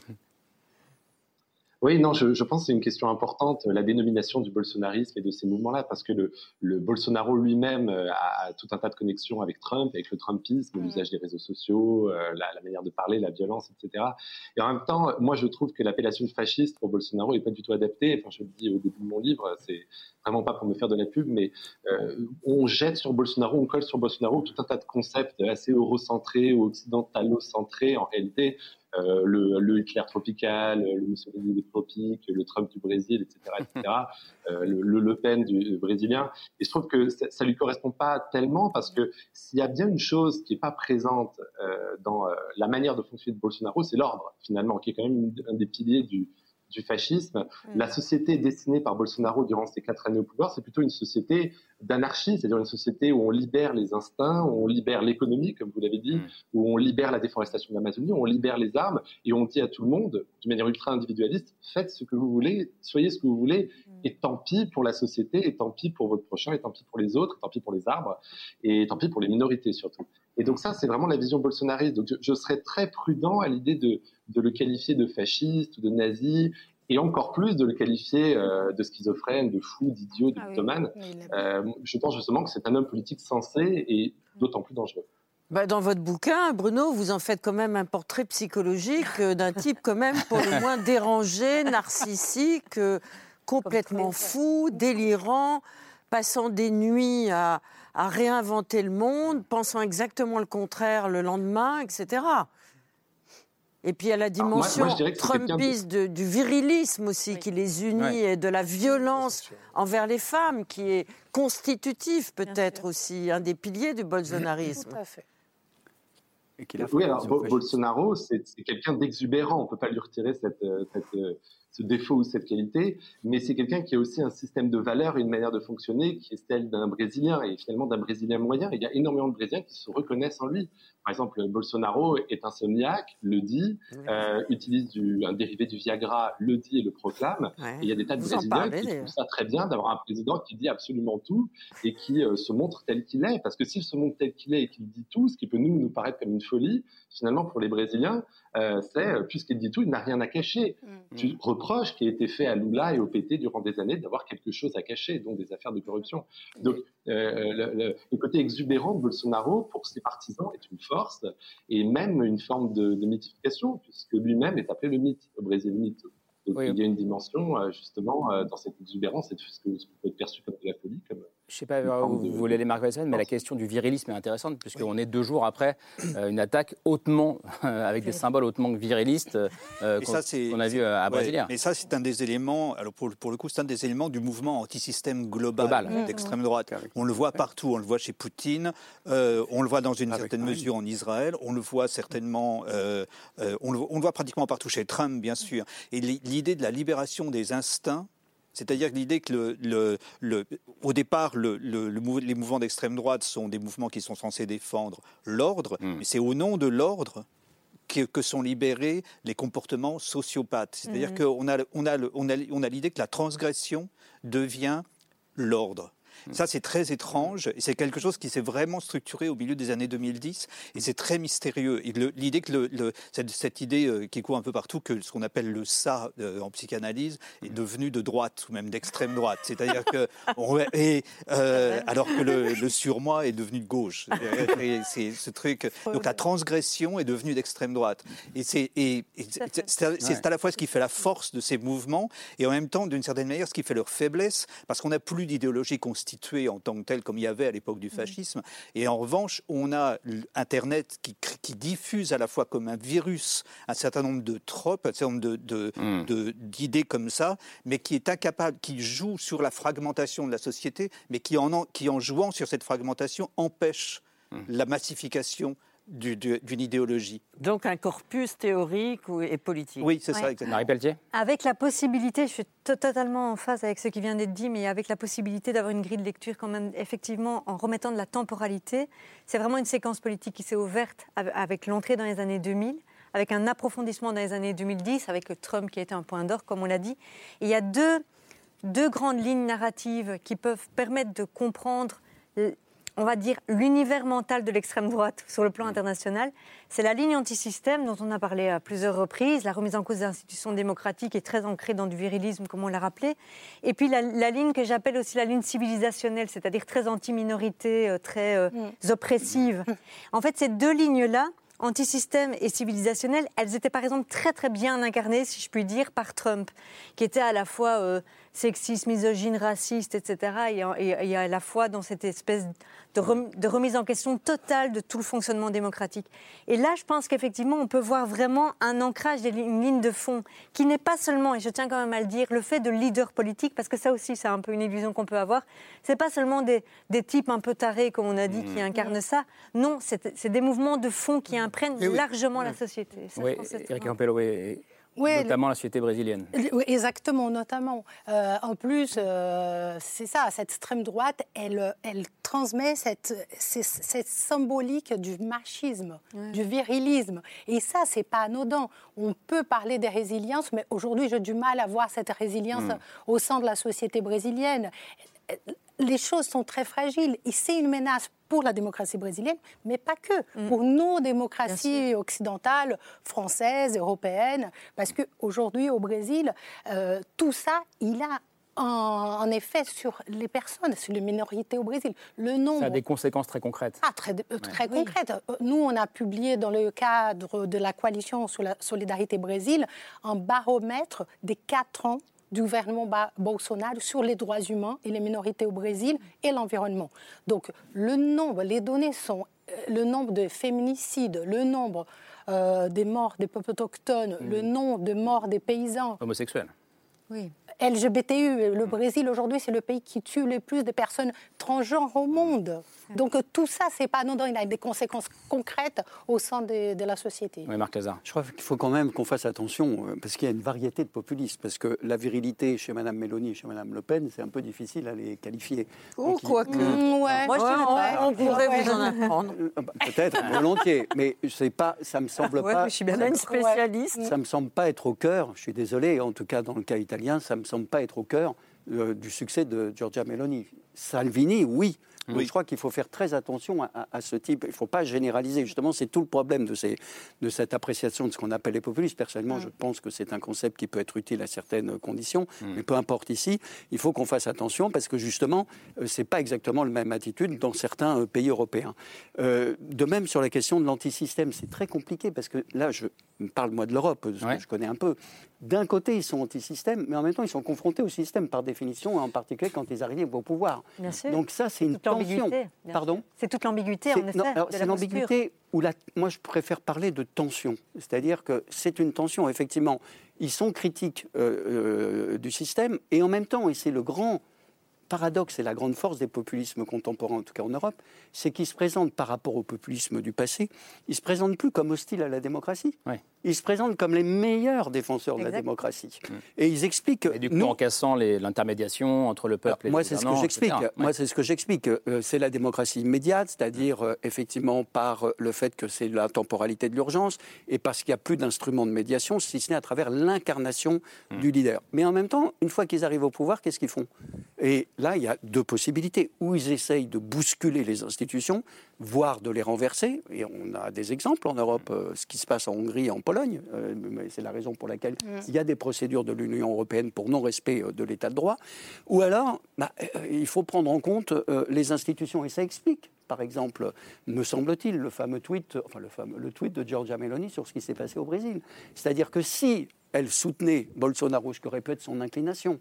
Oui, non, je pense que c'est une question importante, la dénomination du bolsonarisme et de ces mouvements-là, parce que le Bolsonaro lui-même a tout un tas de connexions avec Trump, avec le Trumpisme, l'usage des réseaux sociaux, la manière de parler, la violence, etc. Et en même temps, moi, je trouve que l'appellation de fasciste pour Bolsonaro n'est pas du tout adaptée. Enfin, je le dis au début de mon livre, c'est vraiment pas pour me faire de la pub, mais on jette sur Bolsonaro, on colle sur Bolsonaro tout un tas de concepts assez eurocentrés ou occidentalo-centrés en réalité. Le Hitler tropical, le Mussolini des tropiques, le Trump du Brésil, etc. Le Pen du brésilien. Et je trouve que ça lui correspond pas tellement parce que s'il y a bien une chose qui est pas présente dans la manière de fonctionner de Bolsonaro, c'est l'ordre, finalement, qui est quand même un des piliers du fascisme. La société dessinée par Bolsonaro durant ses 4 années au pouvoir, c'est plutôt une société d'anarchie, c'est-à-dire une société où on libère les instincts, où on libère l'économie, comme vous l'avez dit, où on libère la déforestation de l'Amazonie, où on libère les armes, et on dit à tout le monde, d'une manière ultra individualiste, faites ce que vous voulez, soyez ce que vous voulez, et tant pis pour la société, et tant pis pour votre prochain, et tant pis pour les autres, et tant pis pour les arbres, et tant pis pour les minorités surtout. Et donc ça, c'est vraiment la vision bolsonariste. Donc je serais très prudent à l'idée de le qualifier de fasciste ou de nazi, et encore plus de le qualifier de schizophrène, de fou, d'idiot, de mythomane. Je pense justement que c'est un homme politique sensé et d'autant plus dangereux. Dans votre bouquin, Bruno, vous en faites quand même un portrait psychologique d'un type quand même pour le moins dérangé, narcissique, complètement fou, délirant, passant des nuits à réinventer le monde, pensant exactement le contraire le lendemain, etc. Et puis il y a la dimension trumpiste du virilisme aussi, qui les unit, et de la violence envers les femmes, qui est constitutif peut-être aussi, un des piliers du bolsonarisme. Tout à fait. Oui, alors Bolsonaro, c'est quelqu'un d'exubérant, on ne peut pas lui retirer ce défaut ou cette qualité, mais c'est quelqu'un qui a aussi un système de valeurs et une manière de fonctionner qui est celle d'un Brésilien, et finalement d'un Brésilien moyen. Il y a énormément de Brésiliens qui se reconnaissent en lui. Par exemple, Bolsonaro est insomniaque, le dit, utilise un dérivé du Viagra, le dit et le proclame. Et il y a des tas de Brésiliens qui trouvent ça très bien d'avoir un président qui dit absolument tout et qui se montre tel qu'il est. Parce que s'il se montre tel qu'il est et qu'il dit tout, ce qui peut nous paraître comme une folie, finalement pour les Brésiliens, puisqu'il dit tout, il n'a rien à cacher. Tu reproches qui a été fait à Lula et au PT durant des années d'avoir quelque chose à cacher, dont des affaires de corruption. Donc le côté exubérant de Bolsonaro, pour ses partisans, est une force et même une forme de mythification, puisque lui-même est appelé le mythe au Brésil, mythe. Donc il y a une dimension justement dans cette exubérance, c'est ce qui peut être perçu comme de la folie. Je ne sais pas où vous voulez les marquer, mais la question du virilisme est intéressante, puisqu'on est 2 jours après une attaque hautement, avec des symboles hautement virilistes qu'on a vu à Brasilia. Mais ça, c'est un des éléments, alors pour le coup, c'est un des éléments du mouvement anti-système global d'extrême droite. On le voit partout, on le voit chez Poutine, on le voit dans une certaine mesure en Israël, on le voit certainement, on le voit pratiquement partout chez Trump, bien sûr. Et l'idée de la libération des instincts, c'est-à-dire l'idée que au départ, les mouvements d'extrême droite sont des mouvements qui sont censés défendre l'ordre, mais c'est au nom de l'ordre que sont libérés les comportements sociopathes. C'est-à-dire qu'on a l'idée que la transgression devient l'ordre. Ça, c'est très étrange, et c'est quelque chose qui s'est vraiment structuré au milieu des années 2010, et c'est très mystérieux. Et l'idée que cette idée qui court un peu partout, que ce qu'on appelle le ça en psychanalyse, est devenu de droite, ou même d'extrême droite. C'est-à-dire que, alors que le surmoi est devenu de gauche. C'est ce truc. Donc la transgression est devenue d'extrême droite. Et c'est à la fois ce qui fait la force de ces mouvements, et en même temps, d'une certaine manière, ce qui fait leur faiblesse, parce qu'on n'a plus d'idéologie constituée constituée en tant que telle, comme il y avait à l'époque du fascisme. Et en revanche, on a Internet qui diffuse à la fois comme un virus un certain nombre de tropes, un certain nombre d'idées comme ça, mais qui est incapable, qui joue sur la fragmentation de la société, mais qui en jouant sur cette fragmentation empêche la massification d'une idéologie. Donc un corpus théorique et politique. Oui, c'est ça, exactement. Marie Pelletier ? Avec la possibilité, je suis totalement en phase avec ce qui vient d'être dit, mais avec la possibilité d'avoir une grille de lecture quand même, effectivement, en remettant de la temporalité. C'est vraiment une séquence politique qui s'est ouverte avec l'entrée dans les années 2000, avec un approfondissement dans les années 2010, avec Trump qui a été un point d'orgue, comme on l'a dit. Et il y a deux grandes lignes narratives qui peuvent permettre de comprendre, on va dire, l'univers mental de l'extrême droite sur le plan international. C'est la ligne anti-système dont on a parlé à plusieurs reprises. La remise en cause des institutions démocratiques est très ancrée dans du virilisme, comme on l'a rappelé. Et puis la ligne que j'appelle aussi la ligne civilisationnelle, c'est-à-dire très anti-minorité, très oppressive. En fait, ces deux lignes-là, anti-système et civilisationnelle, elles étaient par exemple très très bien incarnées, si je puis dire, par Trump, qui était à la fois sexiste, misogyne, raciste, etc. Et à la fois dans cette espèce de remise en question totale de tout le fonctionnement démocratique. Et là, je pense qu'effectivement, on peut voir vraiment un ancrage, une ligne de fond, qui n'est pas seulement, et je tiens quand même à le dire, le fait de leader politique, parce que ça aussi, c'est un peu une illusion qu'on peut avoir. C'est pas seulement des types un peu tarés, comme on a dit, qui incarnent ça. Non, c'est des mouvements de fond qui imprègnent largement la société. Ça, oui, Éric Campello, notamment la société brésilienne. Oui, exactement, notamment. En plus, c'est ça, cette extrême droite, elle transmet cette symbolique du machisme, du virilisme. Et ça, c'est pas anodin. On peut parler de résilience, mais aujourd'hui, j'ai du mal à voir cette résilience au sein de la société brésilienne. Les choses sont très fragiles et c'est une menace pour la démocratie brésilienne, mais pas que, pour nos démocraties occidentales, françaises, européennes, parce qu'aujourd'hui au Brésil, tout ça, il a un effet sur les personnes, sur les minorités au Brésil. Ça a des conséquences très concrètes. Très concrètes. Nous, on a publié dans le cadre de la coalition sur la solidarité Brésil un baromètre des 4 ans du gouvernement Bolsonaro sur les droits humains et les minorités au Brésil et l'environnement. Donc, les données sont le nombre de féminicides, le nombre des morts des peuples autochtones, le nombre de morts des paysans. Homosexuels. Oui. LGBTU, le Brésil aujourd'hui, c'est le pays qui tue le plus de personnes transgenres au monde. Donc tout ça, c'est pas anodin, il a des conséquences concrètes au sein de la société. Oui, Marc Lazare. Je crois qu'il faut quand même qu'on fasse attention, parce qu'il y a une variété de populistes, parce que la virilité chez Mme Mélanie et chez Mme Le Pen, c'est un peu difficile à les qualifier. Oh, quoique. Moi, on pourrait vous en apprendre. Peut-être, volontiers, mais ça me semble pas... Je suis bien une spécialiste. Ça me semble pas être au cœur, je suis désolé, en tout cas dans le cas italien, ça me semble pas être au cœur du succès de Giorgia Meloni. Salvini, oui. Oui. Je crois qu'il faut faire très attention à ce type. Il ne faut pas généraliser. Justement, c'est tout le problème de cette appréciation de ce qu'on appelle les populistes. Personnellement, je pense que c'est un concept qui peut être utile à certaines conditions. Mais peu importe ici, il faut qu'on fasse attention parce que justement, ce n'est pas exactement la même attitude dans certains pays européens. De même, sur la question de l'antisystème, c'est très compliqué parce que là, je parle moi de l'Europe, ce que je connais un peu. D'un côté, ils sont anti-système, mais en même temps, ils sont confrontés au système par définition, en particulier quand ils arrivent au pouvoir. Bien sûr. Donc ça, c'est une tension. Pardon ? C'est toute l'ambiguïté, en effet. C'est l'ambiguïté où moi, je préfère parler de tension. C'est-à-dire que c'est une tension, effectivement. Ils sont critiques du système, et en même temps, et c'est le grand paradoxe et la grande force des populismes contemporains, en tout cas en Europe, c'est qu'ils se présentent par rapport au populisme du passé, ils ne se présentent plus comme hostiles à la démocratie. Oui. Ils se présentent comme les meilleurs défenseurs de la démocratie. Et ils expliquent... Et du coup, en cassant l'intermédiation entre le peuple et moi, les c'est ce que j'explique. Moi, c'est ce que j'explique. C'est la démocratie immédiate, c'est-à-dire, effectivement, par le fait que c'est la temporalité de l'urgence et parce qu'il n'y a plus d'instruments de médiation, si ce n'est à travers l'incarnation du leader. Mais en même temps, une fois qu'ils arrivent au pouvoir, qu'est-ce qu'ils font ? Et là, il y a 2 possibilités. Ou ils essayent de bousculer les institutions, voire de les renverser. Et on a des exemples en Europe, ce qui se passe en Hongrie et en Pologne. C'est la raison pour laquelle il y a des procédures de l'Union européenne pour non-respect de l'état de droit. Ou alors, il faut prendre en compte les institutions. Et ça explique, par exemple, me semble-t-il, le tweet de Giorgia Meloni sur ce qui s'est passé au Brésil. C'est-à-dire que si elle soutenait Bolsonaro, ce qui aurait pu être son inclination,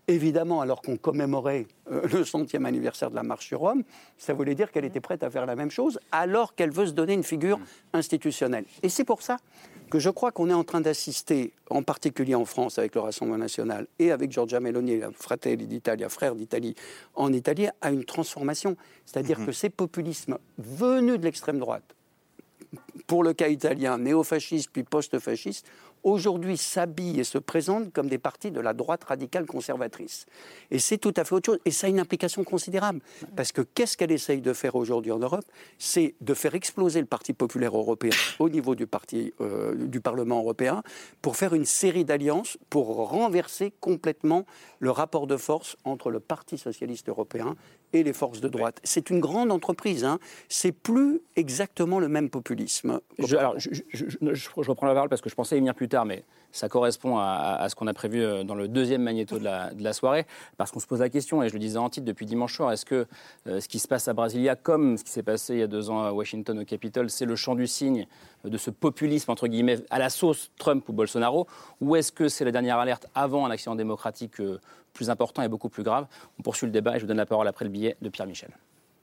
Évidemment, alors qu'on commémorait le 100e anniversaire de la marche sur Rome, ça voulait dire qu'elle était prête à faire la même chose, alors qu'elle veut se donner une figure institutionnelle. Et c'est pour ça que je crois qu'on est en train d'assister, en particulier en France avec le Rassemblement national et avec Giorgia Meloni, la Fratelli d'Italia, frère d'Italie, en Italie, à une transformation. C'est-à-dire que ces populismes venus de l'extrême droite, pour le cas italien, néofascistes puis post-fascistes, aujourd'hui s'habillent et se présentent comme des partis de la droite radicale conservatrice. Et c'est tout à fait autre chose. Et ça a une implication considérable. Parce que qu'est-ce qu'elle essaye de faire aujourd'hui en Europe ? C'est de faire exploser le Parti populaire européen au niveau du Parlement européen pour faire une série d'alliances pour renverser complètement le rapport de force entre le Parti socialiste européen et les forces de droite. C'est une grande entreprise. Hein. C'est plus exactement le même populisme. Je reprends la parole parce que je pensais y venir plus tard, mais ça correspond à ce qu'on a prévu dans le deuxième magnéto de la soirée, parce qu'on se pose la question, et je le disais en titre depuis dimanche soir, est-ce que ce qui se passe à Brasilia, comme ce qui s'est passé il y a 2 ans à Washington, au Capitole, c'est le chant du cygne de ce populisme, entre guillemets, à la sauce Trump ou Bolsonaro, ou est-ce que c'est la dernière alerte avant un accident démocratique plus important et beaucoup plus grave ? On poursuit le débat et je vous donne la parole après le billet de Pierre Michel.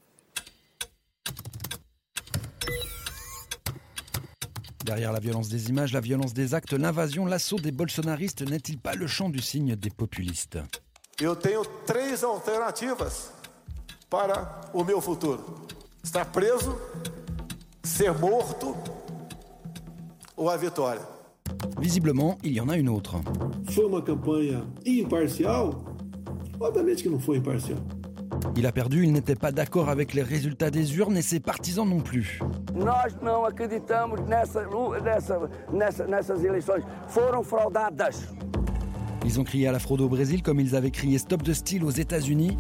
Derrière la violence des images, la violence des actes, l'invasion, l'assaut des bolsonaristes n'est-il pas le chant du cygne des populistes ? Eu tenho 3 alternativas para o meu futuro: estar preso, ser morto ou a vitória. Visiblement, il y en a une autre. Foi uma campanha imparcial? Obviamente que não foi imparcial. Il a perdu, il n'était pas d'accord avec les résultats des urnes et ses partisans non plus. Nós não acreditamos nessas eleições. Foram fraudadas. Ils ont crié à la fraude au Brésil comme ils avaient crié Stop de Steal aux États-Unis.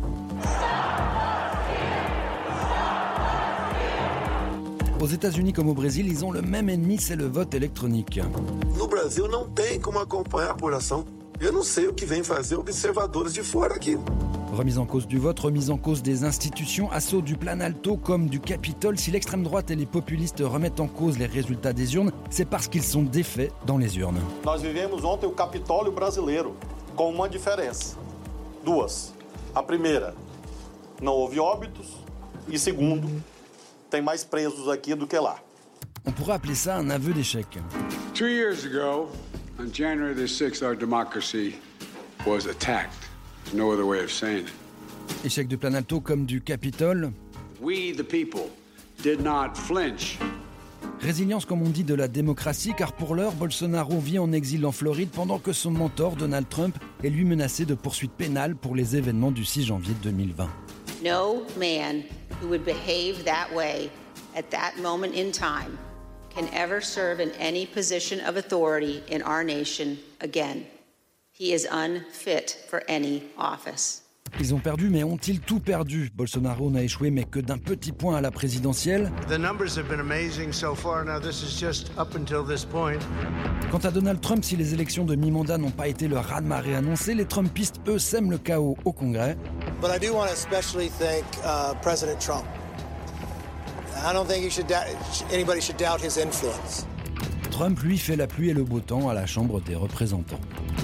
Aux États-Unis comme au Brésil, ils ont le même ennemi, c'est le vote électronique. No Brasil não tem como acompanhar a apuração. Eu não sei o que vem fazer observadores de fora aqui. Remise en cause du vote, remise en cause des institutions, assaut du Planalto comme du Capitole. Si l'extrême droite et les populistes remettent en cause les résultats des urnes, c'est parce qu'ils sont défaits dans les urnes. Nós vivemos ontem o Capitólio brasileiro com uma diferença. 2. A primeira, não houve óbitos. E segundo, tem mais presos aqui do que lá. On pourrait appeler ça un aveu d'échec. 2 years ago, on January the 6th, our democracy was attacked. There's no other way of saying it. Échec du Planalto comme du Capitole. We, the people, did not flinch. Résilience, comme on dit, de la démocratie, car pour l'heure, Bolsonaro vit en exil en Floride pendant que son mentor, Donald Trump, est lui menacé de poursuites pénales pour les événements du 6 janvier 2020. No man who would behave that way at that moment in time can ever serve in any position of authority in our nation again. He is unfit for any office. Ils ont perdu, mais ont-ils tout perdu ? Bolsonaro n'a échoué, mais que d'un petit point à la présidentielle. The numbers have been amazing so far. Now this is just up until this point. Quant à Donald Trump, si les élections de mi-mandat n'ont pas été le raz-de-marée annoncé, les Trumpistes, eux, sèment le chaos au Congrès. But I do want to especially thank President Trump. I don't think anybody should doubt his influence. Trump, lui, fait la pluie et le beau temps à la Chambre des représentants.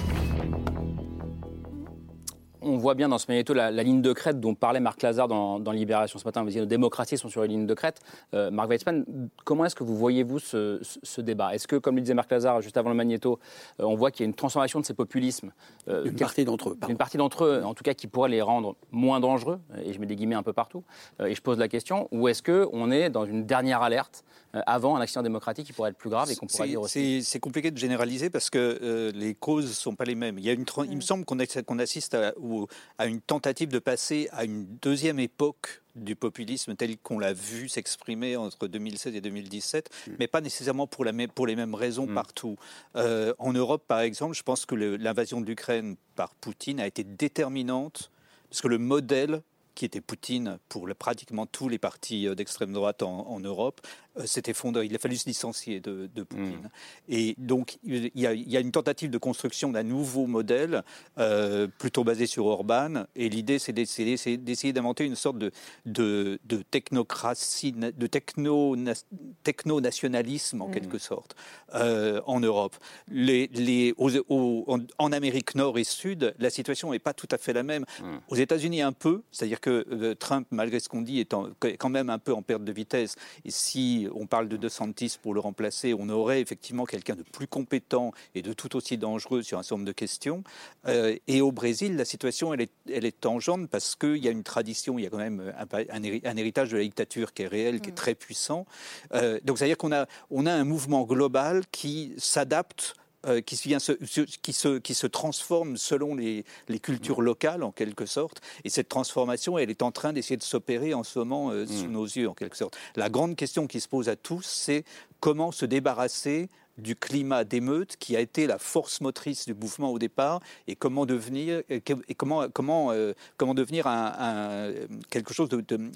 On voit bien dans ce magnéto la ligne de crête dont parlait Marc Lazare dans Libération ce matin. Vous disiez, nos démocraties sont sur une ligne de crête. Marc Weitzman, comment est-ce que vous voyez-vous ce débat ? Est-ce que, comme le disait Marc Lazare juste avant le magnéto, on voit qu'il y a une transformation de ces populismes Une partie d'entre eux. Une partie d'entre eux, en tout cas, qui pourrait les rendre moins dangereux, et je mets des guillemets un peu partout, et je pose la question, ou est-ce qu'on est dans une dernière alerte avant un accident démocratique qui pourrait être plus grave et qu'on pourrait dire aussi... C'est compliqué de généraliser parce que les causes ne sont pas les mêmes. Il me semble qu'on assiste à une tentative de passer à une deuxième époque du populisme tel qu'on l'a vu s'exprimer entre 2016 et 2017, mais pas nécessairement pour les mêmes raisons partout. En Europe, par exemple, je pense que l'invasion de l'Ukraine par Poutine a été déterminante parce que le modèle qui était Poutine pour pratiquement tous les partis d'extrême droite en Europe, s'est effondré. Il a fallu se licencier de Poutine. Et donc, il y a une tentative de construction d'un nouveau modèle, plutôt basé sur Orban. Et l'idée, c'est d'essayer d'inventer une sorte de technocratie, de techno-nationalisme, en quelque sorte, en Europe. En Amérique Nord et Sud, la situation n'est pas tout à fait la même. Aux États-Unis, un peu. C'est-à-dire que Trump, malgré ce qu'on dit, est quand même un peu en perte de vitesse. Et si on parle de DeSantis pour le remplacer, on aurait effectivement quelqu'un de plus compétent et de tout aussi dangereux sur un certain nombre de questions. Et au Brésil, la situation, elle est tangente parce qu'il y a une tradition, il y a quand même un héritage de la dictature qui est réel, qui est très puissant. Donc, c'est-à-dire qu'on a un mouvement global qui s'adapte, qui se transforme selon les cultures locales, en quelque sorte. Et cette transformation, elle est en train d'essayer de s'opérer en ce moment sous nos yeux, en quelque sorte. La grande question qui se pose à tous, c'est comment se débarrasser du climat d'émeute qui a été la force motrice du mouvement au départ, et comment devenir quelque chose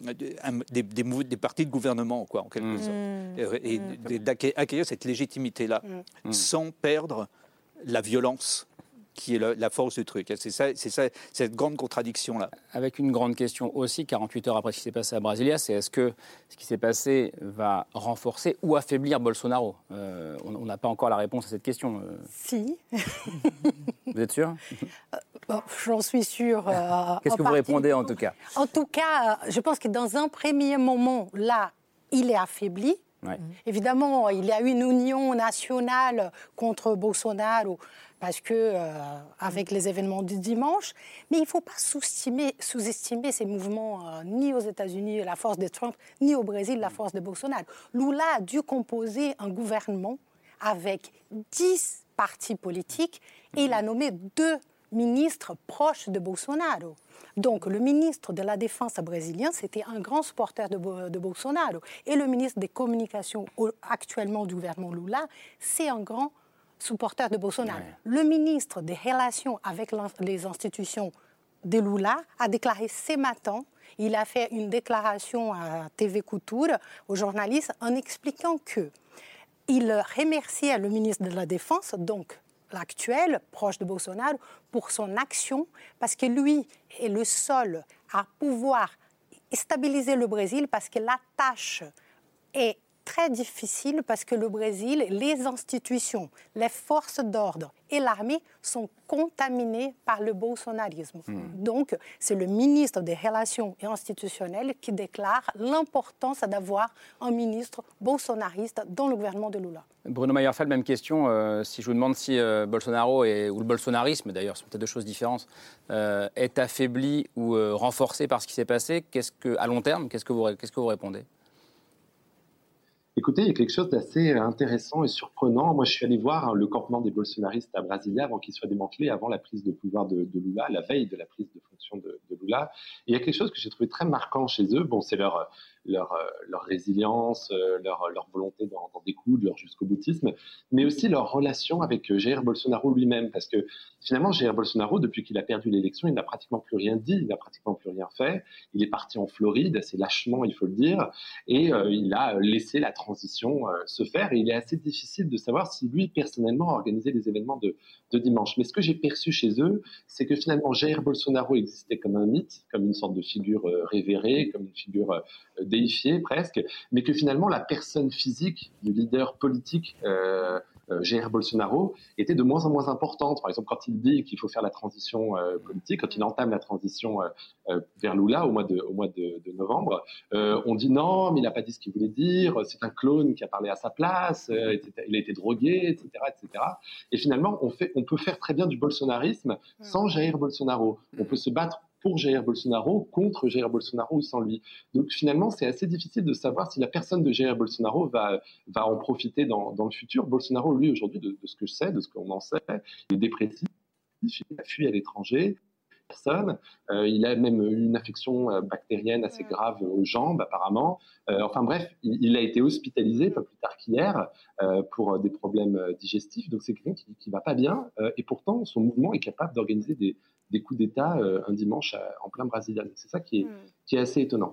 des partis de gouvernement, quoi, en quelque sorte, et d'acquérir cette légitimité-là sans perdre la violence qui est la force du truc. C'est ça, cette grande contradiction-là. Avec une grande question aussi, 48 heures après ce qui s'est passé à Brasilia, c'est est-ce que ce qui s'est passé va renforcer ou affaiblir Bolsonaro ? On n'a pas encore la réponse à cette question. Si. Vous êtes sûr ? J'en suis sûre. Qu'est-ce que vous répondez en tout cas ? En tout cas, je pense que dans un premier moment, là, il est affaibli. Ouais. Évidemment, il y a une union nationale contre Bolsonaro parce que, avec les événements du dimanche, mais il ne faut pas sous-estimer ces mouvements, ni aux États-Unis, la force de Trump, ni au Brésil, la force de Bolsonaro. Lula a dû composer un gouvernement avec 10 partis politiques et il a nommé 2 ministres proches de Bolsonaro. Donc, le ministre de la Défense brésilien, c'était un grand supporter de Bolsonaro. Et le ministre des Communications, actuellement du gouvernement Lula, c'est un grand supporter de Bolsonaro. Ouais. Le ministre des Relations avec les institutions de Lula a déclaré ce matin, il a fait une déclaration à TV Cultura aux journalistes en expliquant qu'il remerciait le ministre de la Défense, donc l'actuel, proche de Bolsonaro, pour son action, parce que lui est le seul à pouvoir stabiliser le Brésil, parce que la tâche est très difficile, parce que le Brésil, les institutions, les forces d'ordre et l'armée sont contaminés par le bolsonarisme. Donc, c'est le ministre des Relations institutionnelles qui déclare l'importance d'avoir un ministre bolsonariste dans le gouvernement de Lula. Bruno Meyerfeld, même question. Si je vous demande si Bolsonaro ou le bolsonarisme, d'ailleurs, sont peut-être 2 choses différentes, est affaibli ou renforcé par ce qui s'est passé, à long terme, qu'est-ce que vous répondez ? Écoutez, il y a quelque chose d'assez intéressant et surprenant. Moi, je suis allé voir le campement des bolsonaristes à Brasilia avant qu'il soit démantelé, avant la prise de pouvoir de Lula, la veille de la prise de fonction de Lula. Et il y a quelque chose que j'ai trouvé très marquant chez eux. Bon, c'est leur résilience, leur volonté d'en découdre, leur jusqu'au-boutisme, mais aussi leur relation avec Jair Bolsonaro lui-même. Parce que finalement, Jair Bolsonaro, depuis qu'il a perdu l'élection, il n'a pratiquement plus rien dit, il n'a pratiquement plus rien fait. Il est parti en Floride, assez lâchement, il faut le dire, et il a laissé la transition se faire. Et il est assez difficile de savoir si lui, personnellement, a organisé les événements de dimanche. Mais ce que j'ai perçu chez eux, c'est que finalement, Jair Bolsonaro existait comme un mythe, comme une sorte de figure révérée, comme une figure déifié presque, mais que finalement la personne physique du leader politique Jair Bolsonaro était de moins en moins importante. Par exemple, quand il dit qu'il faut faire la transition politique, quand il entame la transition vers Lula au mois de novembre, on dit non, mais il n'a pas dit ce qu'il voulait dire, c'est un clone qui a parlé à sa place, il a été drogué, etc., etc. Et finalement, on peut faire très bien du bolsonarisme sans Jair Bolsonaro. On peut se battre pour Jair Bolsonaro, contre Jair Bolsonaro ou sans lui. Donc finalement, c'est assez difficile de savoir si la personne de Jair Bolsonaro va en profiter dans le futur. Bolsonaro, lui, aujourd'hui, de ce que je sais, de ce qu'on en sait, il est dépressif, il a fui à l'étranger. Il a même une infection bactérienne assez grave aux jambes, apparemment. Enfin bref, il a été hospitalisé pas plus tard qu'hier pour des problèmes digestifs. Donc c'est quelqu'un qui va pas bien. Et pourtant, son mouvement est capable d'organiser des coups d'État un dimanche en plein Brésil. C'est ça qui est assez étonnant.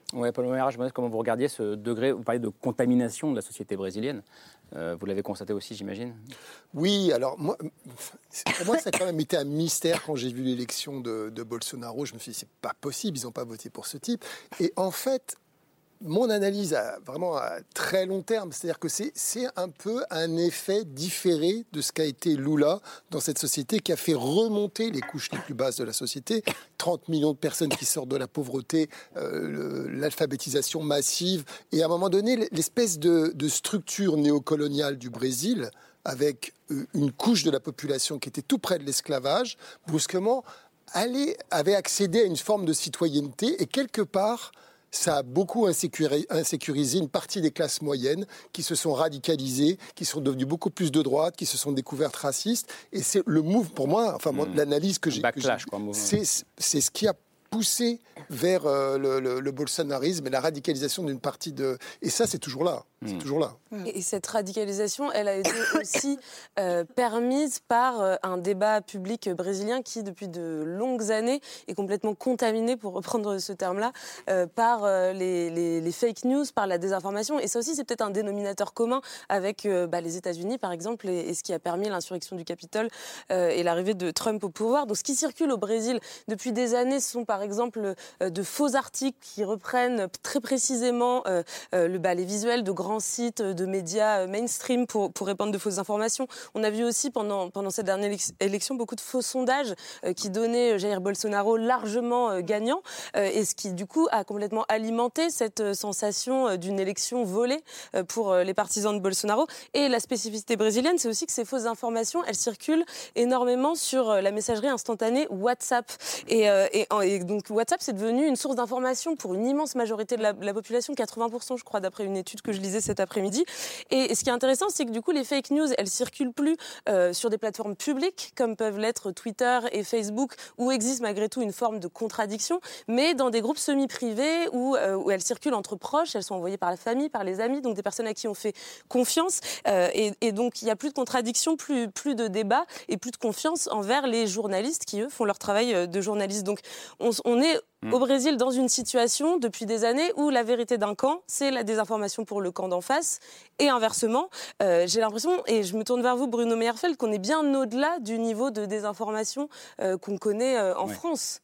Oui, Paulo Moreira, je me demande comment vous regardiez ce degré, vous parlez de contamination de la société brésilienne. Vous l'avez constaté aussi, j'imagine? Oui, alors pour moi, ça a quand même été un mystère quand j'ai vu l'élection de Bolsonaro. Je me suis dit, c'est pas possible, ils n'ont pas voté pour ce type. Et en fait, mon analyse vraiment à très long terme, c'est-à-dire que c'est un peu un effet différé de ce qu'a été Lula dans cette société qui a fait remonter les couches les plus basses de la société. 30 millions de personnes qui sortent de la pauvreté, l'alphabétisation massive, et à un moment donné, l'espèce de structure néocoloniale du Brésil, avec une couche de la population qui était tout près de l'esclavage, brusquement, avait accédé à une forme de citoyenneté, et quelque part, ça a beaucoup insécurisé une partie des classes moyennes qui se sont radicalisées, qui sont devenues beaucoup plus de droite, qui se sont découvertes racistes. Et c'est le move, pour moi, l'analyse que j'ai, c'est ce qui a poussé vers le bolsonarisme et la radicalisation d'une partie de... Et ça, c'est toujours là. C'est toujours là. Et cette radicalisation, elle a été aussi permise par un débat public brésilien qui, depuis de longues années, est complètement contaminé, pour reprendre ce terme-là, par les fake news, par la désinformation. Et ça aussi, c'est peut-être un dénominateur commun avec les États-Unis, par exemple, et ce qui a permis l'insurrection du Capitole et l'arrivée de Trump au pouvoir. Donc, ce qui circule au Brésil depuis des années, ce sont par exemple de faux articles qui reprennent très précisément les visuels de grands sites de médias mainstream pour répandre de fausses informations. On a vu aussi pendant cette dernière élection beaucoup de faux sondages qui donnaient Jair Bolsonaro largement gagnant, et ce qui du coup a complètement alimenté cette sensation d'une élection volée pour les partisans de Bolsonaro. Et la spécificité brésilienne, c'est aussi que ces fausses informations, elles circulent énormément sur la messagerie instantanée WhatsApp. Et donc WhatsApp, c'est devenu une source d'information pour une immense majorité de la population, 80% je crois, d'après une étude que je lisais cet après-midi. Et ce qui est intéressant, c'est que du coup, les fake news, elles circulent plus sur des plateformes publiques, comme peuvent l'être Twitter et Facebook, où existe malgré tout une forme de contradiction, mais dans des groupes semi-privés où elles circulent entre proches, elles sont envoyées par la famille, par les amis, donc des personnes à qui on fait confiance. Et donc, il n'y a plus de contradiction, plus de débat et plus de confiance envers les journalistes qui, eux, font leur travail de journaliste. Donc, on est au Brésil dans une situation depuis des années où la vérité d'un camp, c'est la désinformation pour le camp d'en face. Et inversement, j'ai l'impression, et je me tourne vers vous, Bruno Meierfeld, qu'on est bien au-delà du niveau de désinformation qu'on connaît en France.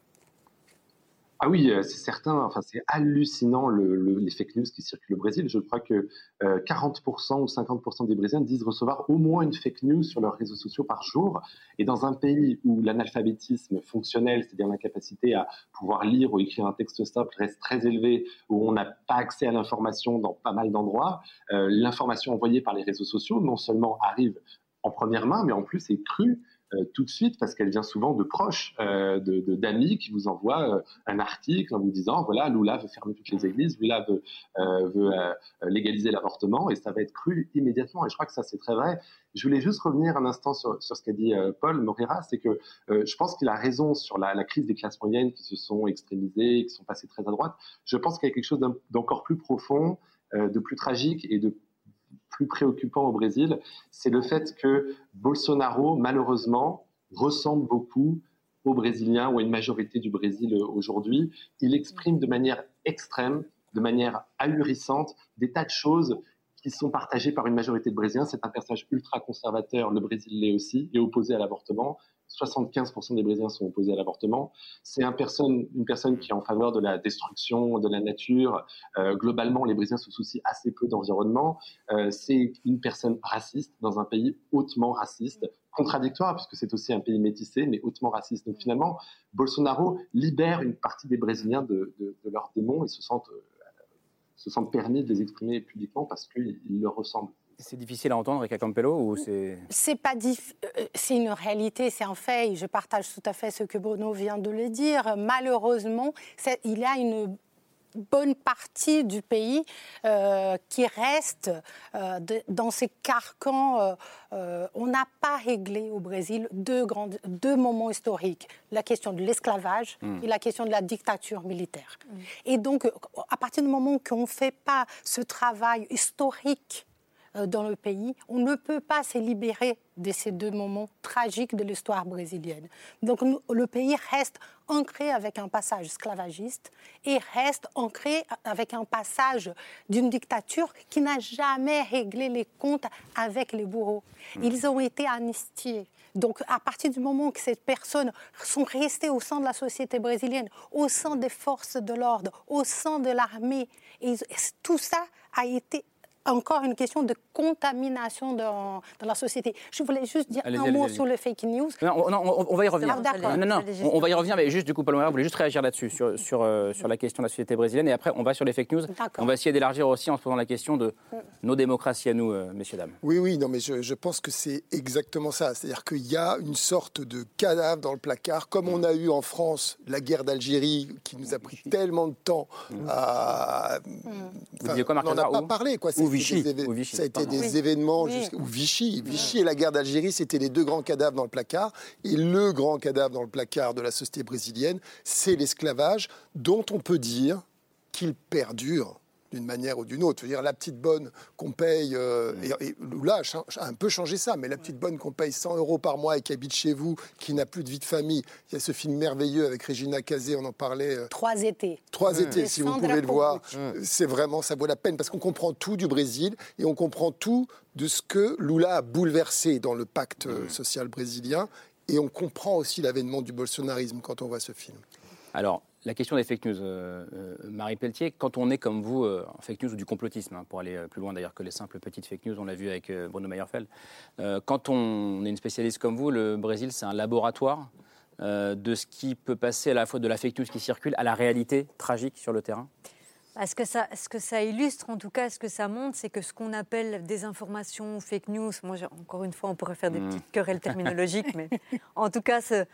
Ah oui, c'est certain. Enfin, c'est hallucinant les fake news qui circulent au Brésil. Je crois que 40% ou 50% des Brésiliens disent recevoir au moins une fake news sur leurs réseaux sociaux par jour. Et dans un pays où l'analphabétisme fonctionnel, c'est-à-dire l'incapacité à pouvoir lire ou écrire un texte simple, reste très élevé, où on n'a pas accès à l'information dans pas mal d'endroits, l'information envoyée par les réseaux sociaux non seulement arrive en première main, mais en plus est crue tout de suite, parce qu'elle vient souvent de proches, d'amis qui vous envoient un article en vous disant voilà, Lula veut fermer toutes les églises, Lula veut légaliser l'avortement, et ça va être cru immédiatement. Et je crois que ça, c'est très vrai. Je voulais juste revenir un instant sur ce qu'a dit Paul Moreira, c'est que je pense qu'il a raison sur la crise des classes moyennes qui se sont extrémisées, qui sont passées très à droite. Je pense qu'il y a quelque chose d'encore plus profond, de plus tragique et de plus préoccupant au Brésil, c'est le fait que Bolsonaro, malheureusement, ressemble beaucoup aux Brésiliens ou à une majorité du Brésil aujourd'hui. Il exprime de manière extrême, de manière ahurissante, des tas de choses qui sont partagées par une majorité de Brésiliens. C'est un personnage ultra-conservateur, le Brésil l'est aussi, et opposé à l'avortement. 75% des Brésiliens sont opposés à l'avortement. C'est une personne qui est en faveur de la destruction de la nature. Globalement, les Brésiliens se soucient assez peu d'environnement. C'est une personne raciste dans un pays hautement raciste, contradictoire puisque c'est aussi un pays métissé, mais hautement raciste. Donc finalement, Bolsonaro libère une partie des Brésiliens de leurs démons et se sentent permis de les exprimer publiquement parce qu'ils leur ressemblent. C'est difficile à entendre, Rika Campello, ou c'est... C'est une réalité, c'est un fait, et je partage tout à fait ce que Bruno vient de le dire. Malheureusement, il y a une bonne partie du pays qui reste dans ces carcans. On n'a pas réglé au Brésil deux moments historiques, la question de l'esclavage et la question de la dictature militaire. Et donc, à partir du moment qu'on ne fait pas ce travail historique dans le pays. On ne peut pas se libérer de ces 2 moments tragiques de l'histoire brésilienne. Donc le pays reste ancré avec un passage esclavagiste et reste ancré avec un passage d'une dictature qui n'a jamais réglé les comptes avec les bourreaux. Ils ont été amnistiés. Donc, à partir du moment que ces personnes sont restées au sein de la société brésilienne, au sein des forces de l'ordre, au sein de l'armée, tout ça a été encore une question de contamination dans la société. Je voulais juste dire un mot sur le fake news. Non, on va y revenir. Non, on va y revenir, mais juste du coup, Palomera voulait juste réagir là-dessus, sur la question de la société brésilienne, et après, on va sur les fake news. On va essayer d'élargir aussi en se posant la question de nos démocraties à nous, messieurs, dames. Oui, non, mais je pense que c'est exactement ça. C'est-à-dire qu'il y a une sorte de cadavre dans le placard, comme on a eu en France la guerre d'Algérie, qui nous a pris tellement de temps à... Vous disiez quoi, Marc on n'en a Lazare, pas parlé, quoi. Vichy. Ça a été des événements, ou Vichy. Vichy et la guerre d'Algérie, c'était les 2 grands cadavres dans le placard. Et le grand cadavre dans le placard de la société brésilienne, c'est l'esclavage, dont on peut dire qu'il perdure d'une manière ou d'une autre. Je veux dire, la petite bonne qu'on paye, et Lula a un peu changé ça, mais la petite bonne qu'on paye 100 € par mois et qui habite chez vous, qui n'a plus de vie de famille. Il y a ce film merveilleux avec Regina Casé, on en parlait. 3 étés. 3 étés, si vous pouvez le voir. C'est vraiment, ça vaut la peine, parce qu'on comprend tout du Brésil et on comprend tout de ce que Lula a bouleversé dans le pacte social brésilien. Et on comprend aussi l'avènement du bolsonarisme quand on voit ce film. Alors, la question des fake news, Marie Pelletier, quand on est comme vous en fake news ou du complotisme, pour aller plus loin d'ailleurs que les simples petites fake news, on l'a vu avec Bruno Meyerfeld, quand on est une spécialiste comme vous, le Brésil c'est un laboratoire de ce qui peut passer à la fois de la fake news qui circule à la réalité tragique sur le terrain. Ce que ça illustre, en tout cas, ce que ça montre, c'est que ce qu'on appelle désinformation, fake news, moi, encore une fois, on pourrait faire des petites querelles terminologiques, mais en tout cas, ce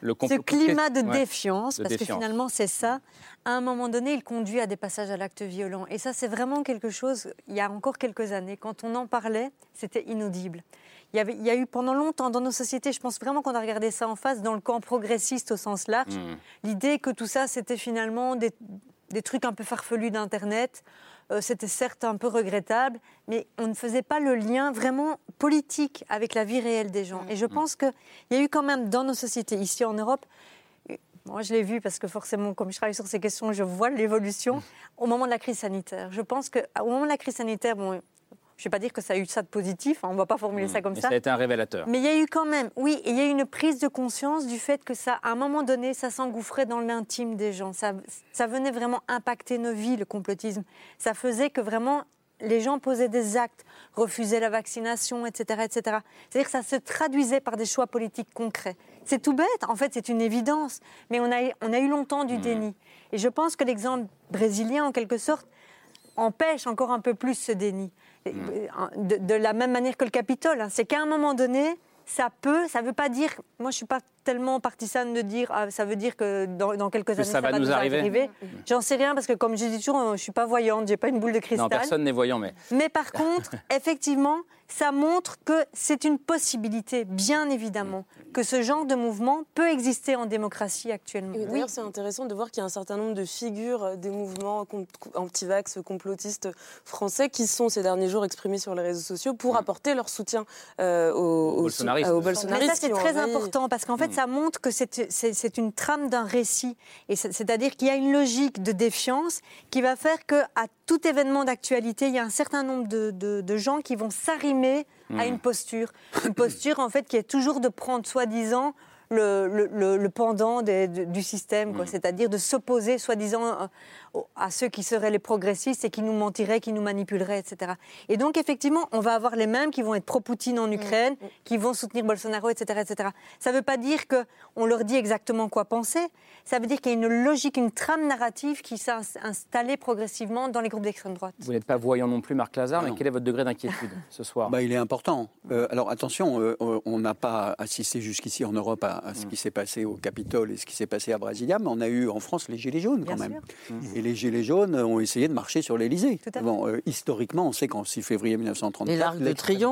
climat de défiance, parce que finalement, c'est ça, à un moment donné, il conduit à des passages à l'acte violent. Et ça, c'est vraiment quelque chose, il y a encore quelques années, quand on en parlait, c'était inaudible. Il y a eu pendant longtemps dans nos sociétés, je pense vraiment qu'on a regardé ça en face, dans le camp progressiste au sens large, l'idée que tout ça, c'était finalement des trucs un peu farfelus d'Internet. C'était certes un peu regrettable, mais on ne faisait pas le lien vraiment politique avec la vie réelle des gens. Et je pense qu'il y a eu quand même dans nos sociétés, ici en Europe, moi je l'ai vu parce que forcément, comme je travaille sur ces questions, je vois l'évolution au moment de la crise sanitaire. Je pense qu'au moment de la crise sanitaire, bon, je ne vais pas dire que ça a eu ça de positif, on ne va pas formuler ça comme ça. Ça a été un révélateur. Mais il y a eu quand même, oui, il y a eu une prise de conscience du fait que ça, à un moment donné, ça s'engouffrait dans l'intime des gens. Ça venait vraiment impacter nos vies, le complotisme. Ça faisait que vraiment, les gens posaient des actes, refusaient la vaccination, etc., etc. C'est-à-dire que ça se traduisait par des choix politiques concrets. C'est tout bête, en fait, c'est une évidence. Mais on a eu longtemps du déni. Et je pense que l'exemple brésilien, en quelque sorte, empêche encore un peu plus ce déni. De la même manière que le Capitole. C'est qu'à un moment donné, ça veut pas dire... Moi, je suis pas tellement partisane de dire ça veut dire que dans quelques années, ça va nous arriver. J'en sais rien, parce que comme je dis toujours, je suis pas voyante, j'ai pas une boule de cristal. Non, personne n'est voyant, mais... Mais par contre, effectivement, ça montre que c'est une possibilité, bien évidemment, que ce genre de mouvement peut exister en démocratie actuellement. Et d'ailleurs, c'est intéressant de voir qu'il y a un certain nombre de figures des mouvements anti-vax, complotistes français qui sont ces derniers jours exprimés sur les réseaux sociaux pour apporter leur soutien aux bolsonaristes. Mais ça, c'est très important, parce qu'en fait, ça montre que c'est une trame d'un récit. C'est-à-dire qu'il y a une logique de défiance qui va faire qu'à tout événement d'actualité, il y a un certain nombre de gens qui vont s'arrimer à une posture. Une posture, en fait, qui est toujours de prendre, soi-disant, le pendant du système, quoi. C'est-à-dire de s'opposer, soi-disant, à ceux qui seraient les progressistes et qui nous mentiraient, qui nous manipuleraient, etc. Et donc, effectivement, on va avoir les mêmes qui vont être pro-Poutine en Ukraine, qui vont soutenir Bolsonaro, etc., etc. Ça ne veut pas dire qu'on leur dit exactement quoi penser. Ça veut dire qu'il y a une logique, une trame narrative qui s'est installée progressivement dans les groupes d'extrême droite. Vous n'êtes pas voyant non plus, Marc Lazare, mais quel est votre degré d'inquiétude ce soir ? Il est important. Alors, attention, on n'a pas assisté jusqu'ici en Europe à ce qui s'est passé au Capitole et ce qui s'est passé à Brasilia, mais on a eu en France les Gilets jaunes, quand même. Et les Gilets jaunes ont essayé de marcher sur l'Élysée. Bon, historiquement, on sait qu'en 6 février 1934... Et l'Arc de Triomphe.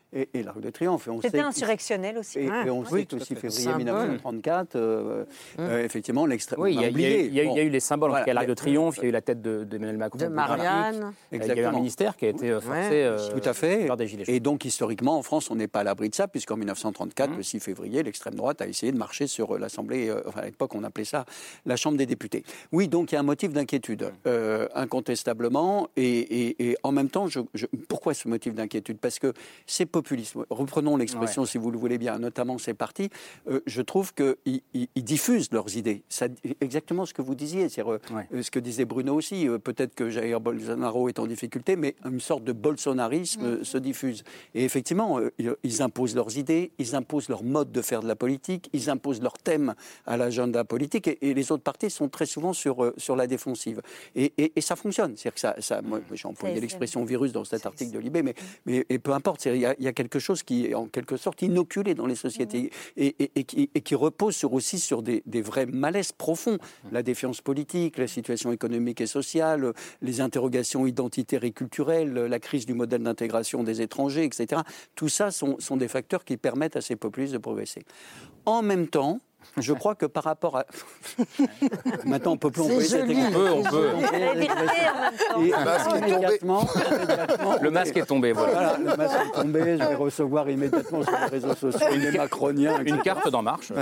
et l'Arc de Triomphe. C'était insurrectionnel aussi. Et on sait que le 6 février 1934, effectivement, l'extrême... Oui, il y a eu les symboles. Il y a l'Arc de Triomphe, il y a eu la tête d'Emmanuel Macron. De Marianne. Il y a eu un ministère qui a été forcé tout à fait. lors des Gilets jaunes. Et donc, historiquement, en France, on n'est pas à l'abri de ça, puisqu'en 1934, le 6 février, l'extrême droite a essayé de marcher sur l'Assemblée, à l'époque, on appelait ça la Chambre des députés. Oui, donc il y a un motif d'inquiétude, incontestablement, et en même temps, pourquoi ce motif d'inquiétude ? Parce que ces populistes, reprenons l'expression si vous le voulez bien, notamment ces partis, je trouve qu'ils diffusent leurs idées. Exactement ce que vous disiez, c'est ce que disait Bruno aussi, peut-être que Jair Bolsonaro est en difficulté, mais une sorte de bolsonarisme se diffuse. Et effectivement, ils imposent leurs idées, ils imposent leur mode de faire de la politique, ils imposent leurs thèmes à l'agenda politique, et les autres partis sont très souvent sur la défensive. Et ça fonctionne. C'est-à-dire que moi, j'ai employé l'expression virus dans cet article de Libé, mais peu importe, il y a quelque chose qui est en quelque sorte inoculé dans les sociétés et qui repose aussi sur des vrais malaises profonds. La défiance politique, la situation économique et sociale, les interrogations identitaires et culturelles, la crise du modèle d'intégration des étrangers, etc. Tout ça sont des facteurs qui permettent à ces populistes de progresser. En même temps, je crois que par rapport à... Maintenant, on ne peut plus employer cette expression. On peut. Le masque est tombé, voilà. Le masque est tombé, je vais recevoir immédiatement sur les réseaux sociaux les macroniens. Une carte d'En Marche.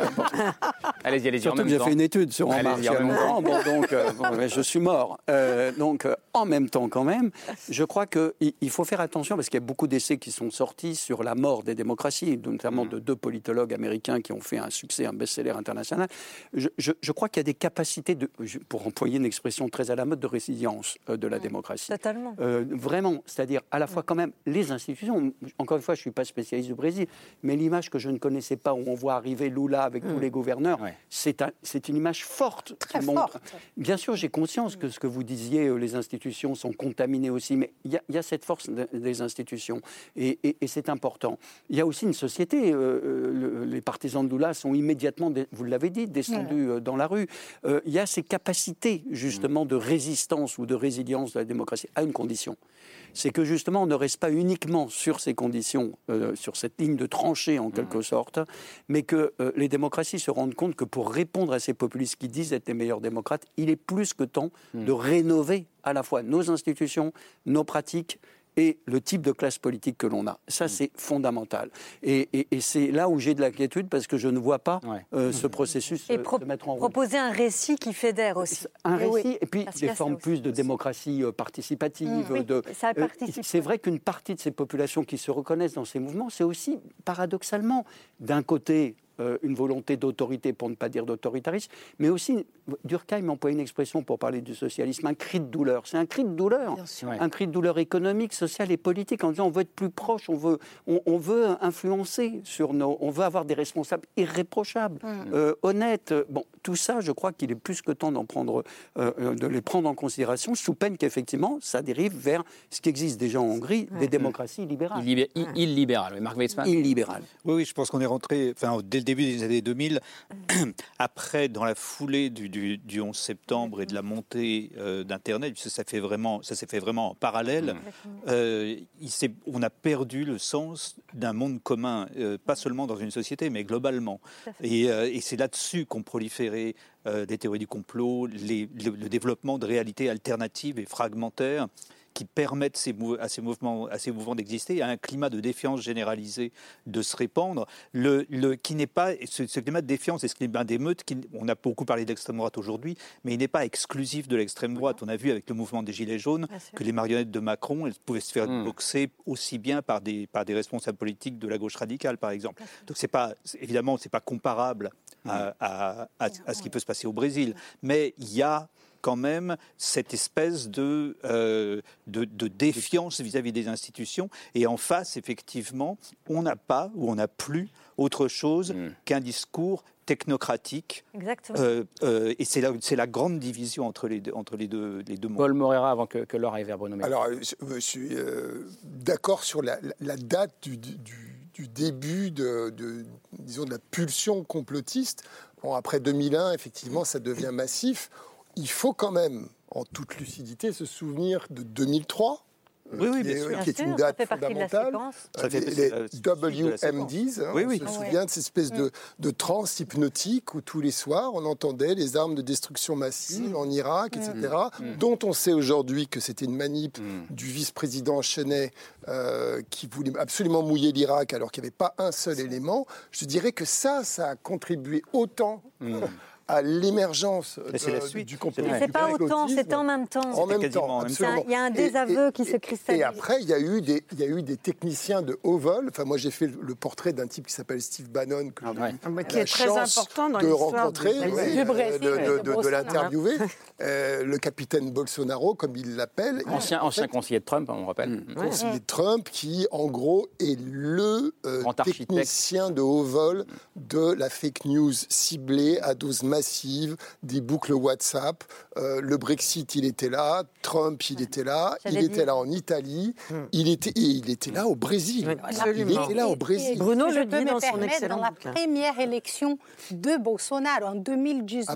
Allez-y, surtout que j'ai fait une étude sur En Marche il y a longtemps, donc je suis mort. Donc, en même temps, quand même, je crois qu'il faut faire attention, parce qu'il y a beaucoup d'essais qui sont sortis sur la mort des démocraties, notamment de 2 politologues américains qui ont fait un succès, un best-seller international. Je crois qu'il y a des capacités, pour employer une expression très à la mode, de résilience de la démocratie. Totalement. Vraiment, c'est-à-dire à la fois quand même les institutions. Encore une fois, je ne suis pas spécialiste du Brésil, mais l'image que je ne connaissais pas, où on voit arriver Lula avec tous les gouverneurs, c'est une image forte. Très forte. Bien sûr, j'ai conscience que ce que vous disiez, les institutions sont contaminées aussi, mais il y a cette force des institutions, et c'est important. Il y a aussi une société. Les partisans de Lula sont immédiatement, vous l'avez dit, descendus dans la rue. Il y a ces capacités, justement, de résistance ou de résilience de la démocratie, à une condition. C'est que, justement, on ne reste pas uniquement sur ces conditions, sur cette ligne de tranchée, en quelque sorte, mais que les démocraties se rendent compte que pour répondre à ces populistes qui disent être les meilleurs démocrates, il est plus que temps de rénover à la fois nos institutions, nos pratiques, et le type de classe politique que l'on a. Ça, c'est fondamental. Et c'est là où j'ai de l'inquiétude, parce que je ne vois pas ce processus se mettre en route. Proposer un récit qui fédère aussi. Un récit, et puis des formes plus de démocratie participative. Ça participe. C'est vrai qu'une partie de ces populations qui se reconnaissent dans ces mouvements, c'est aussi, paradoxalement, d'un côté, une volonté d'autorité, pour ne pas dire d'autoritarisme, mais aussi, Durkheim emploie une expression pour parler du socialisme, un cri de douleur. C'est un cri de douleur, un cri de douleur économique, social et politique, en disant on veut être plus proche, on veut influencer on veut avoir des responsables irréprochables, honnêtes. Bon, tout ça, je crois qu'il est plus que temps de les prendre en considération, sous peine qu'effectivement, ça dérive vers ce qui existe déjà en Hongrie, des démocraties libérales. Illibérales, Marc Weitzmann. Illibérales. Oui, je pense qu'on est rentré, dès le début des années 2000, après, dans la foulée du 11 septembre et de la montée d'Internet, puisque ça s'est fait vraiment en parallèle, on a perdu le sens d'un monde commun, pas seulement dans une société, mais globalement. Et c'est là-dessus qu'ont proliféré des théories du complot, le développement de réalités alternatives et fragmentaires qui permettent à ces mouvements d'exister, à un climat de défiance généralisée de se répandre, qui n'est pas ce climat de défiance et ce climat d'émeute. On a beaucoup parlé d'extrême droite aujourd'hui, mais il n'est pas exclusif de l'extrême droite. On a vu avec le mouvement des Gilets jaunes que les marionnettes de Macron, elles pouvaient se faire boxer aussi bien par des responsables politiques de la gauche radicale, par exemple. Donc évidemment, c'est pas comparable à ce qui peut se passer au Brésil, mais il y a quand même cette espèce de défiance vis-à-vis des institutions. Et en face, effectivement, on n'a plus autre chose qu'un discours technocratique. Exactement. Et c'est la grande division entre les deux mondes. Paul Morera, avant que l'heure arrive vers Bruno Maire. Alors, je suis d'accord sur la date du début disons, de la pulsion complotiste. Bon, après 2001, effectivement, ça devient massif. Il faut quand même, en toute lucidité, se souvenir de 2003, qui est une date fondamentale. Les WMDs, on se souvient de cette espèce de transe hypnotique où tous les soirs, on entendait les armes de destruction massive en Irak, etc., dont on sait aujourd'hui que c'était une manip du vice-président Cheney qui voulait absolument mouiller l'Irak alors qu'il n'y avait pas un seul élément. Je dirais que ça a contribué autant à l'émergence du complotisme. Mais c'est pas autant, c'est en même temps. En même temps, absolument. Il y a un désaveu qui se cristallise. Et après, il y a eu des techniciens de haut vol. Enfin, moi, j'ai fait le portrait d'un type qui s'appelle Steve Bannon, que qui est très important dans de l'histoire rencontrer, de l'interviewer. Hein. Le capitaine Bolsonaro, comme il l'appelle. Ancien conseiller de Trump, on rappelle. Conseiller de Trump, qui, en gros, est le technicien de haut vol de la fake news ciblée à dose massive, des boucles WhatsApp. Le Brexit, il était là. Trump, il était là. Il était là en Italie. Il était là au Brésil. Il était là au Brésil. Bruno le dit dans son excellent bouquin. Dans la première élection de Bolsonaro, en 2018,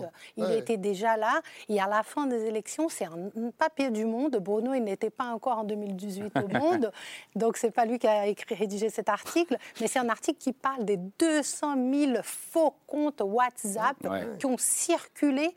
il était déjà là. Et à la fin des élections, c'est un papier du Monde. Bruno, il n'était pas encore en 2018 au Monde. Donc, c'est pas lui qui a rédigé cet article. Mais c'est un article qui parle des 200 000 faux comptes WhatsApp qui ont circulé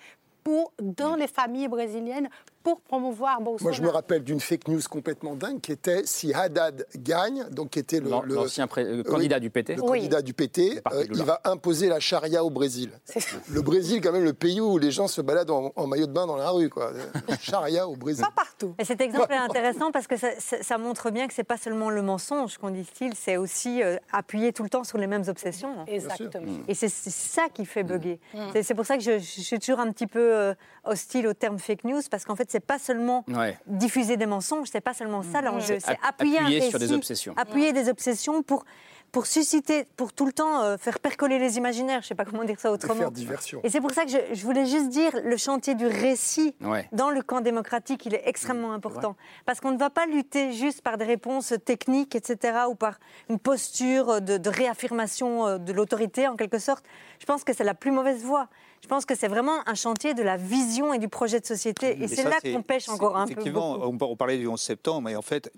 dans les familles brésiliennes pour promouvoir Bolsonaro. Moi, je me rappelle d'une fake news complètement dingue qui était si Haddad gagne, donc qui était l'ancien candidat du PT. Le candidat du PT, il va imposer la charia au Brésil. Le Brésil, quand même, le pays où les gens se baladent en maillot de bain dans la rue, quoi. Charia au Brésil. Pas partout. Et cet exemple est intéressant parce que ça montre bien que c'est pas seulement le mensonge qu'on distille, c'est aussi appuyer tout le temps sur les mêmes obsessions. Exactement. Et c'est ça qui fait bugger. C'est pour ça que je suis toujours un petit peu hostile au terme fake news, parce qu'en fait, c'est pas seulement diffuser des mensonges, c'est pas seulement ça l'enjeu, c'est appuyer un récit, sur des obsessions. Appuyer des obsessions pour susciter, pour tout le temps faire percoler les imaginaires, je sais pas comment dire ça autrement. Faire diversion. Et c'est pour ça que je voulais juste dire, le chantier du récit dans le camp démocratique, il est extrêmement important. Parce qu'on ne va pas lutter juste par des réponses techniques, etc., ou par une posture de réaffirmation de l'autorité, en quelque sorte. Je pense que c'est la plus mauvaise voie. Je pense que c'est vraiment un chantier de la vision et du projet de société. Et c'est là qu'on pêche encore un peu. Effectivement, on parlait du 11 septembre, mais en fait,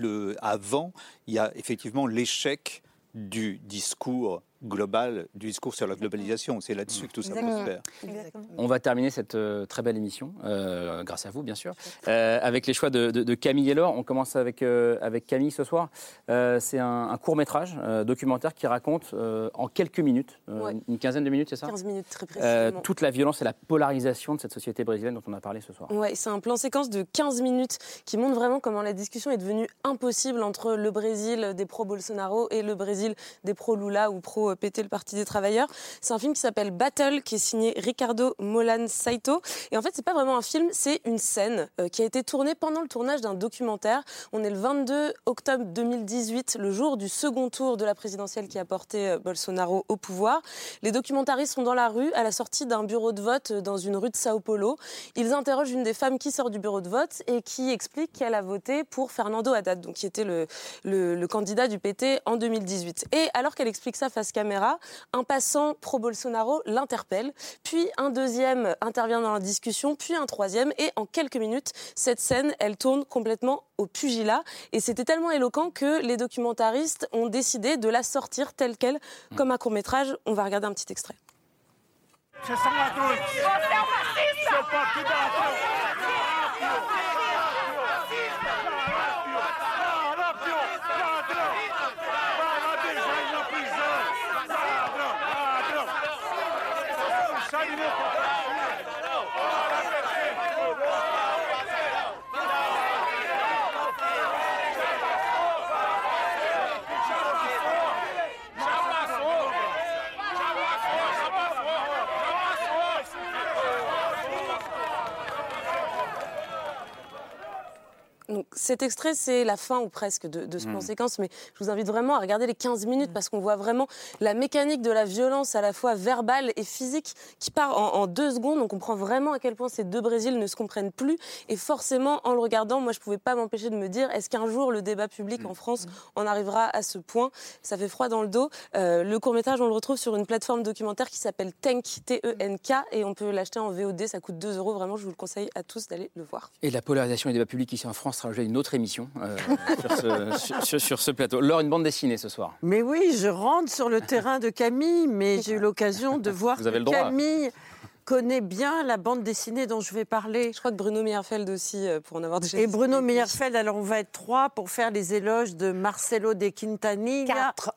avant, il y a effectivement l'échec du discours global, du discours sur la globalisation. C'est là-dessus que tout ça peut se faire. On va terminer cette très belle émission, grâce à vous, bien sûr, avec les choix de Camille et Laure. On commence avec Camille ce soir. C'est un court-métrage documentaire qui raconte en quelques minutes, une quinzaine de minutes, c'est ça ? 15 minutes, très précisément. Toute la violence et la polarisation de cette société brésilienne dont on a parlé ce soir. Oui, c'est un plan séquence de 15 minutes qui montre vraiment comment la discussion est devenue impossible entre le Brésil des pro-Bolsonaro et le Brésil des pro-Lula ou pro-PT, le Parti des Travailleurs. C'est un film qui s'appelle Battle, qui est signé Ricardo Molan Saito. Et en fait, c'est pas vraiment un film, c'est une scène qui a été tournée pendant le tournage d'un documentaire. On est le 22 octobre 2018, le jour du second tour de la présidentielle qui a porté Bolsonaro au pouvoir. Les documentaristes sont dans la rue, à la sortie d'un bureau de vote dans une rue de Sao Paulo. Ils interrogent une des femmes qui sort du bureau de vote et qui explique qu'elle a voté pour Fernando Haddad, donc qui était le candidat du PT en 2018. Et alors qu'elle explique ça face caméra, un passant pro-Bolsonaro l'interpelle, puis un deuxième intervient dans la discussion, puis un troisième, et en quelques minutes, cette scène, elle tourne complètement au pugilat. Et c'était tellement éloquent que les documentaristes ont décidé de la sortir telle qu'elle, comme un court-métrage. On va regarder un petit extrait. Vocês são ladrões! Você é um fascista! Seu partido é ladrão! Donc, cet extrait, c'est la fin ou presque de ce plan séquence, mais je vous invite vraiment à regarder les 15 minutes parce qu'on voit vraiment la mécanique de la violence à la fois verbale et physique qui part en 2 secondes. On comprend vraiment à quel point ces deux Brésils ne se comprennent plus. Et forcément, en le regardant, moi, je ne pouvais pas m'empêcher de me dire, est-ce qu'un jour, le débat public en France en arrivera à ce point ? Ça fait froid dans le dos. Le court-métrage, on le retrouve sur une plateforme documentaire qui s'appelle Tenk, T-E-N-K, et on peut l'acheter en VOD, ça coûte 2 €. Vraiment, je vous le conseille à tous d'aller le voir. Et la polarisation des débats publics ici en France sera une une autre émission sur ce plateau. Laure, une bande dessinée ce soir. Mais oui, je rentre sur le terrain de Camille, mais j'ai eu l'occasion de voir que Camille connaît bien la bande dessinée dont je vais parler. Je crois que Bruno Meyerfeld aussi, pour en avoir déjà Et Bruno Meyerfeld, alors on va être 3 pour faire les éloges de Marcelo de Quintanilla. 4.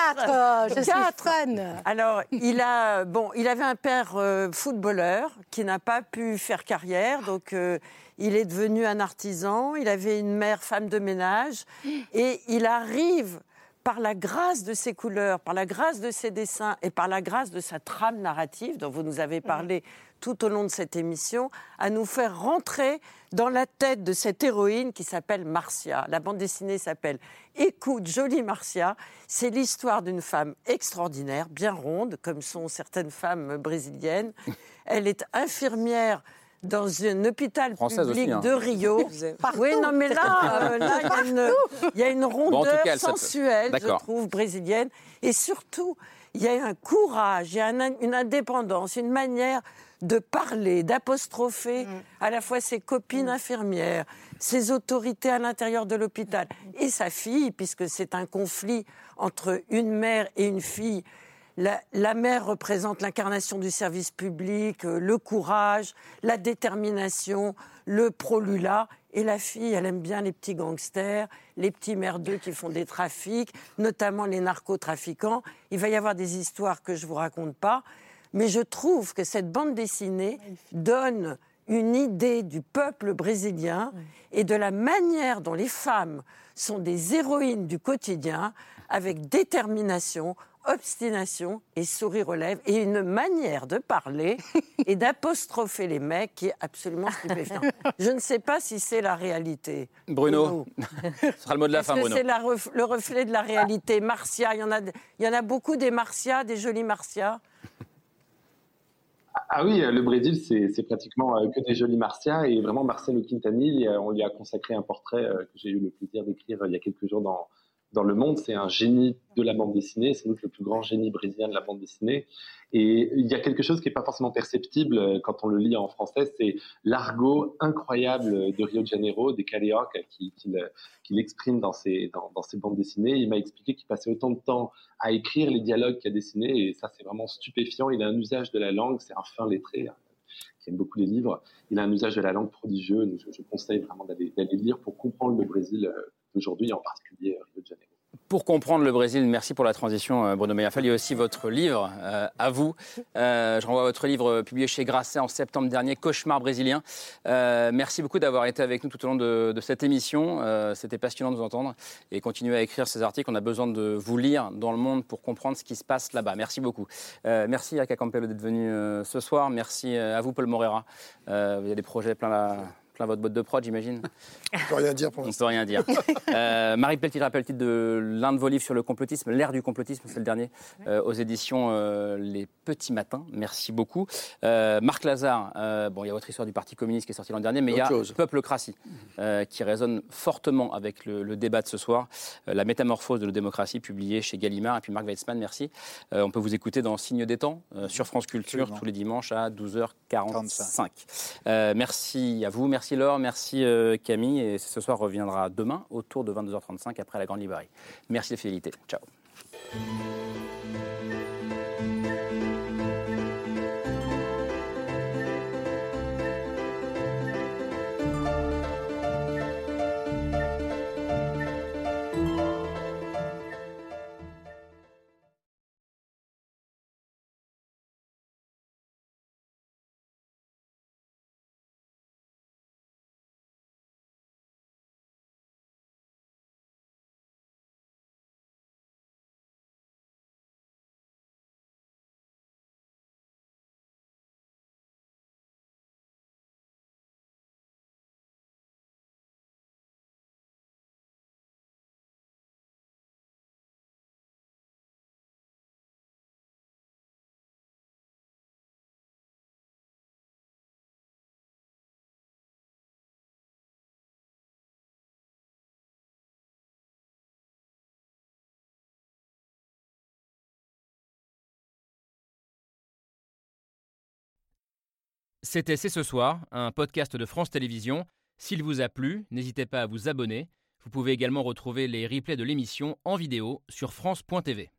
Je suis fan. Alors, il avait un père footballeur qui n'a pas pu faire carrière, donc il est devenu un artisan. Il avait une mère femme de ménage et il arrive, par la grâce de ses couleurs, par la grâce de ses dessins et par la grâce de sa trame narrative, dont vous nous avez parlé tout au long de cette émission, à nous faire rentrer dans la tête de cette héroïne qui s'appelle Marcia. La bande dessinée s'appelle « Écoute, jolie Marcia ». C'est l'histoire d'une femme extraordinaire, bien ronde, comme sont certaines femmes brésiliennes. Elle est infirmière dans un hôpital public de Rio. Oui, non, mais là, il y a une rondeur sensuelle, je trouve, brésilienne. Et surtout, il y a un courage, il y a une indépendance, une manière de parler, d'apostropher à la fois ses copines infirmières, ses autorités à l'intérieur de l'hôpital et sa fille, puisque c'est un conflit entre une mère et une fille. La mère représente l'incarnation du service public, le courage, la détermination, le prolula. Et la fille, elle aime bien les petits gangsters, les petits merdeux qui font des trafics, notamment les narcotrafiquants. Il va y avoir des histoires que je ne vous raconte pas. Mais je trouve que cette bande dessinée donne une idée du peuple brésilien et de la manière dont les femmes sont des héroïnes du quotidien, avec détermination, obstination et sourire aux lèvres, et une manière de parler et d'apostropher les mecs qui est absolument stupéfiante. Je ne sais pas si c'est la réalité. Bruno, ce sera le mot de la fin, Bruno. C'est le reflet de la réalité. Marcia, il y en a beaucoup des Marcia, des jolies Marcia. Ah oui, le Brésil, c'est pratiquement que des jolis Marcia. Et vraiment, Marcelo Quintanilla, on lui a consacré un portrait que j'ai eu le plaisir d'écrire il y a quelques jours dans Le Monde. C'est un génie de la bande dessinée, c'est sans doute le plus grand génie brésilien de la bande dessinée. Et il y a quelque chose qui n'est pas forcément perceptible quand on le lit en français, c'est l'argot incroyable de Rio de Janeiro, des Carioca, qu'il exprime dans ses bandes dessinées. Il m'a expliqué qu'il passait autant de temps à écrire les dialogues qu'il a dessinés, et ça, c'est vraiment stupéfiant. Il a un usage de la langue, c'est un fin lettré qui aime beaucoup les livres. Il a un usage de la langue prodigieux. Je conseille vraiment d'aller lire pour comprendre le Brésil d'aujourd'hui, en particulier Rio de Janeiro. Pour comprendre le Brésil, merci pour la transition, Bruno Meyerfeld. Il y a aussi votre livre, à vous. Je renvoie à votre livre publié chez Grasset en septembre dernier, Cauchemar brésilien. Merci beaucoup d'avoir été avec nous tout au long de cette émission. C'était passionnant de vous entendre. Et continuez à écrire ces articles. On a besoin de vous lire dans le monde pour comprendre ce qui se passe là-bas. Merci beaucoup. Merci à Cacampello d'être venu ce soir. Merci à vous, Paul Moreira. Il y a des projets plein votre boîte de prod, j'imagine. On ne peut rien dire pour l'instant. On ne peut rien dire. Marie Pelletier rappelle le titre de l'un de vos livres sur le complotisme, L'ère du complotisme, c'est le dernier, aux éditions Les Petits Matins. Merci beaucoup. Marc Lazare, il y a votre histoire du Parti communiste qui est sortie l'an dernier, mais il y a Peuplocratie qui résonne fortement avec le débat de ce soir. La métamorphose de la démocratie, publiée chez Gallimard. Et puis Marc Weitzman, merci. On peut vous écouter dans Signe des temps, sur France Culture, absolument, tous les dimanches à 12h45. Merci à vous, merci Laure, merci Camille. Et ce soir reviendra demain autour de 22h35 après la Grande Librairie. Merci de fidélité. Ciao. C'était C'est ce soir, un podcast de France Télévisions. S'il vous a plu, n'hésitez pas à vous abonner. Vous pouvez également retrouver les replays de l'émission en vidéo sur France.tv.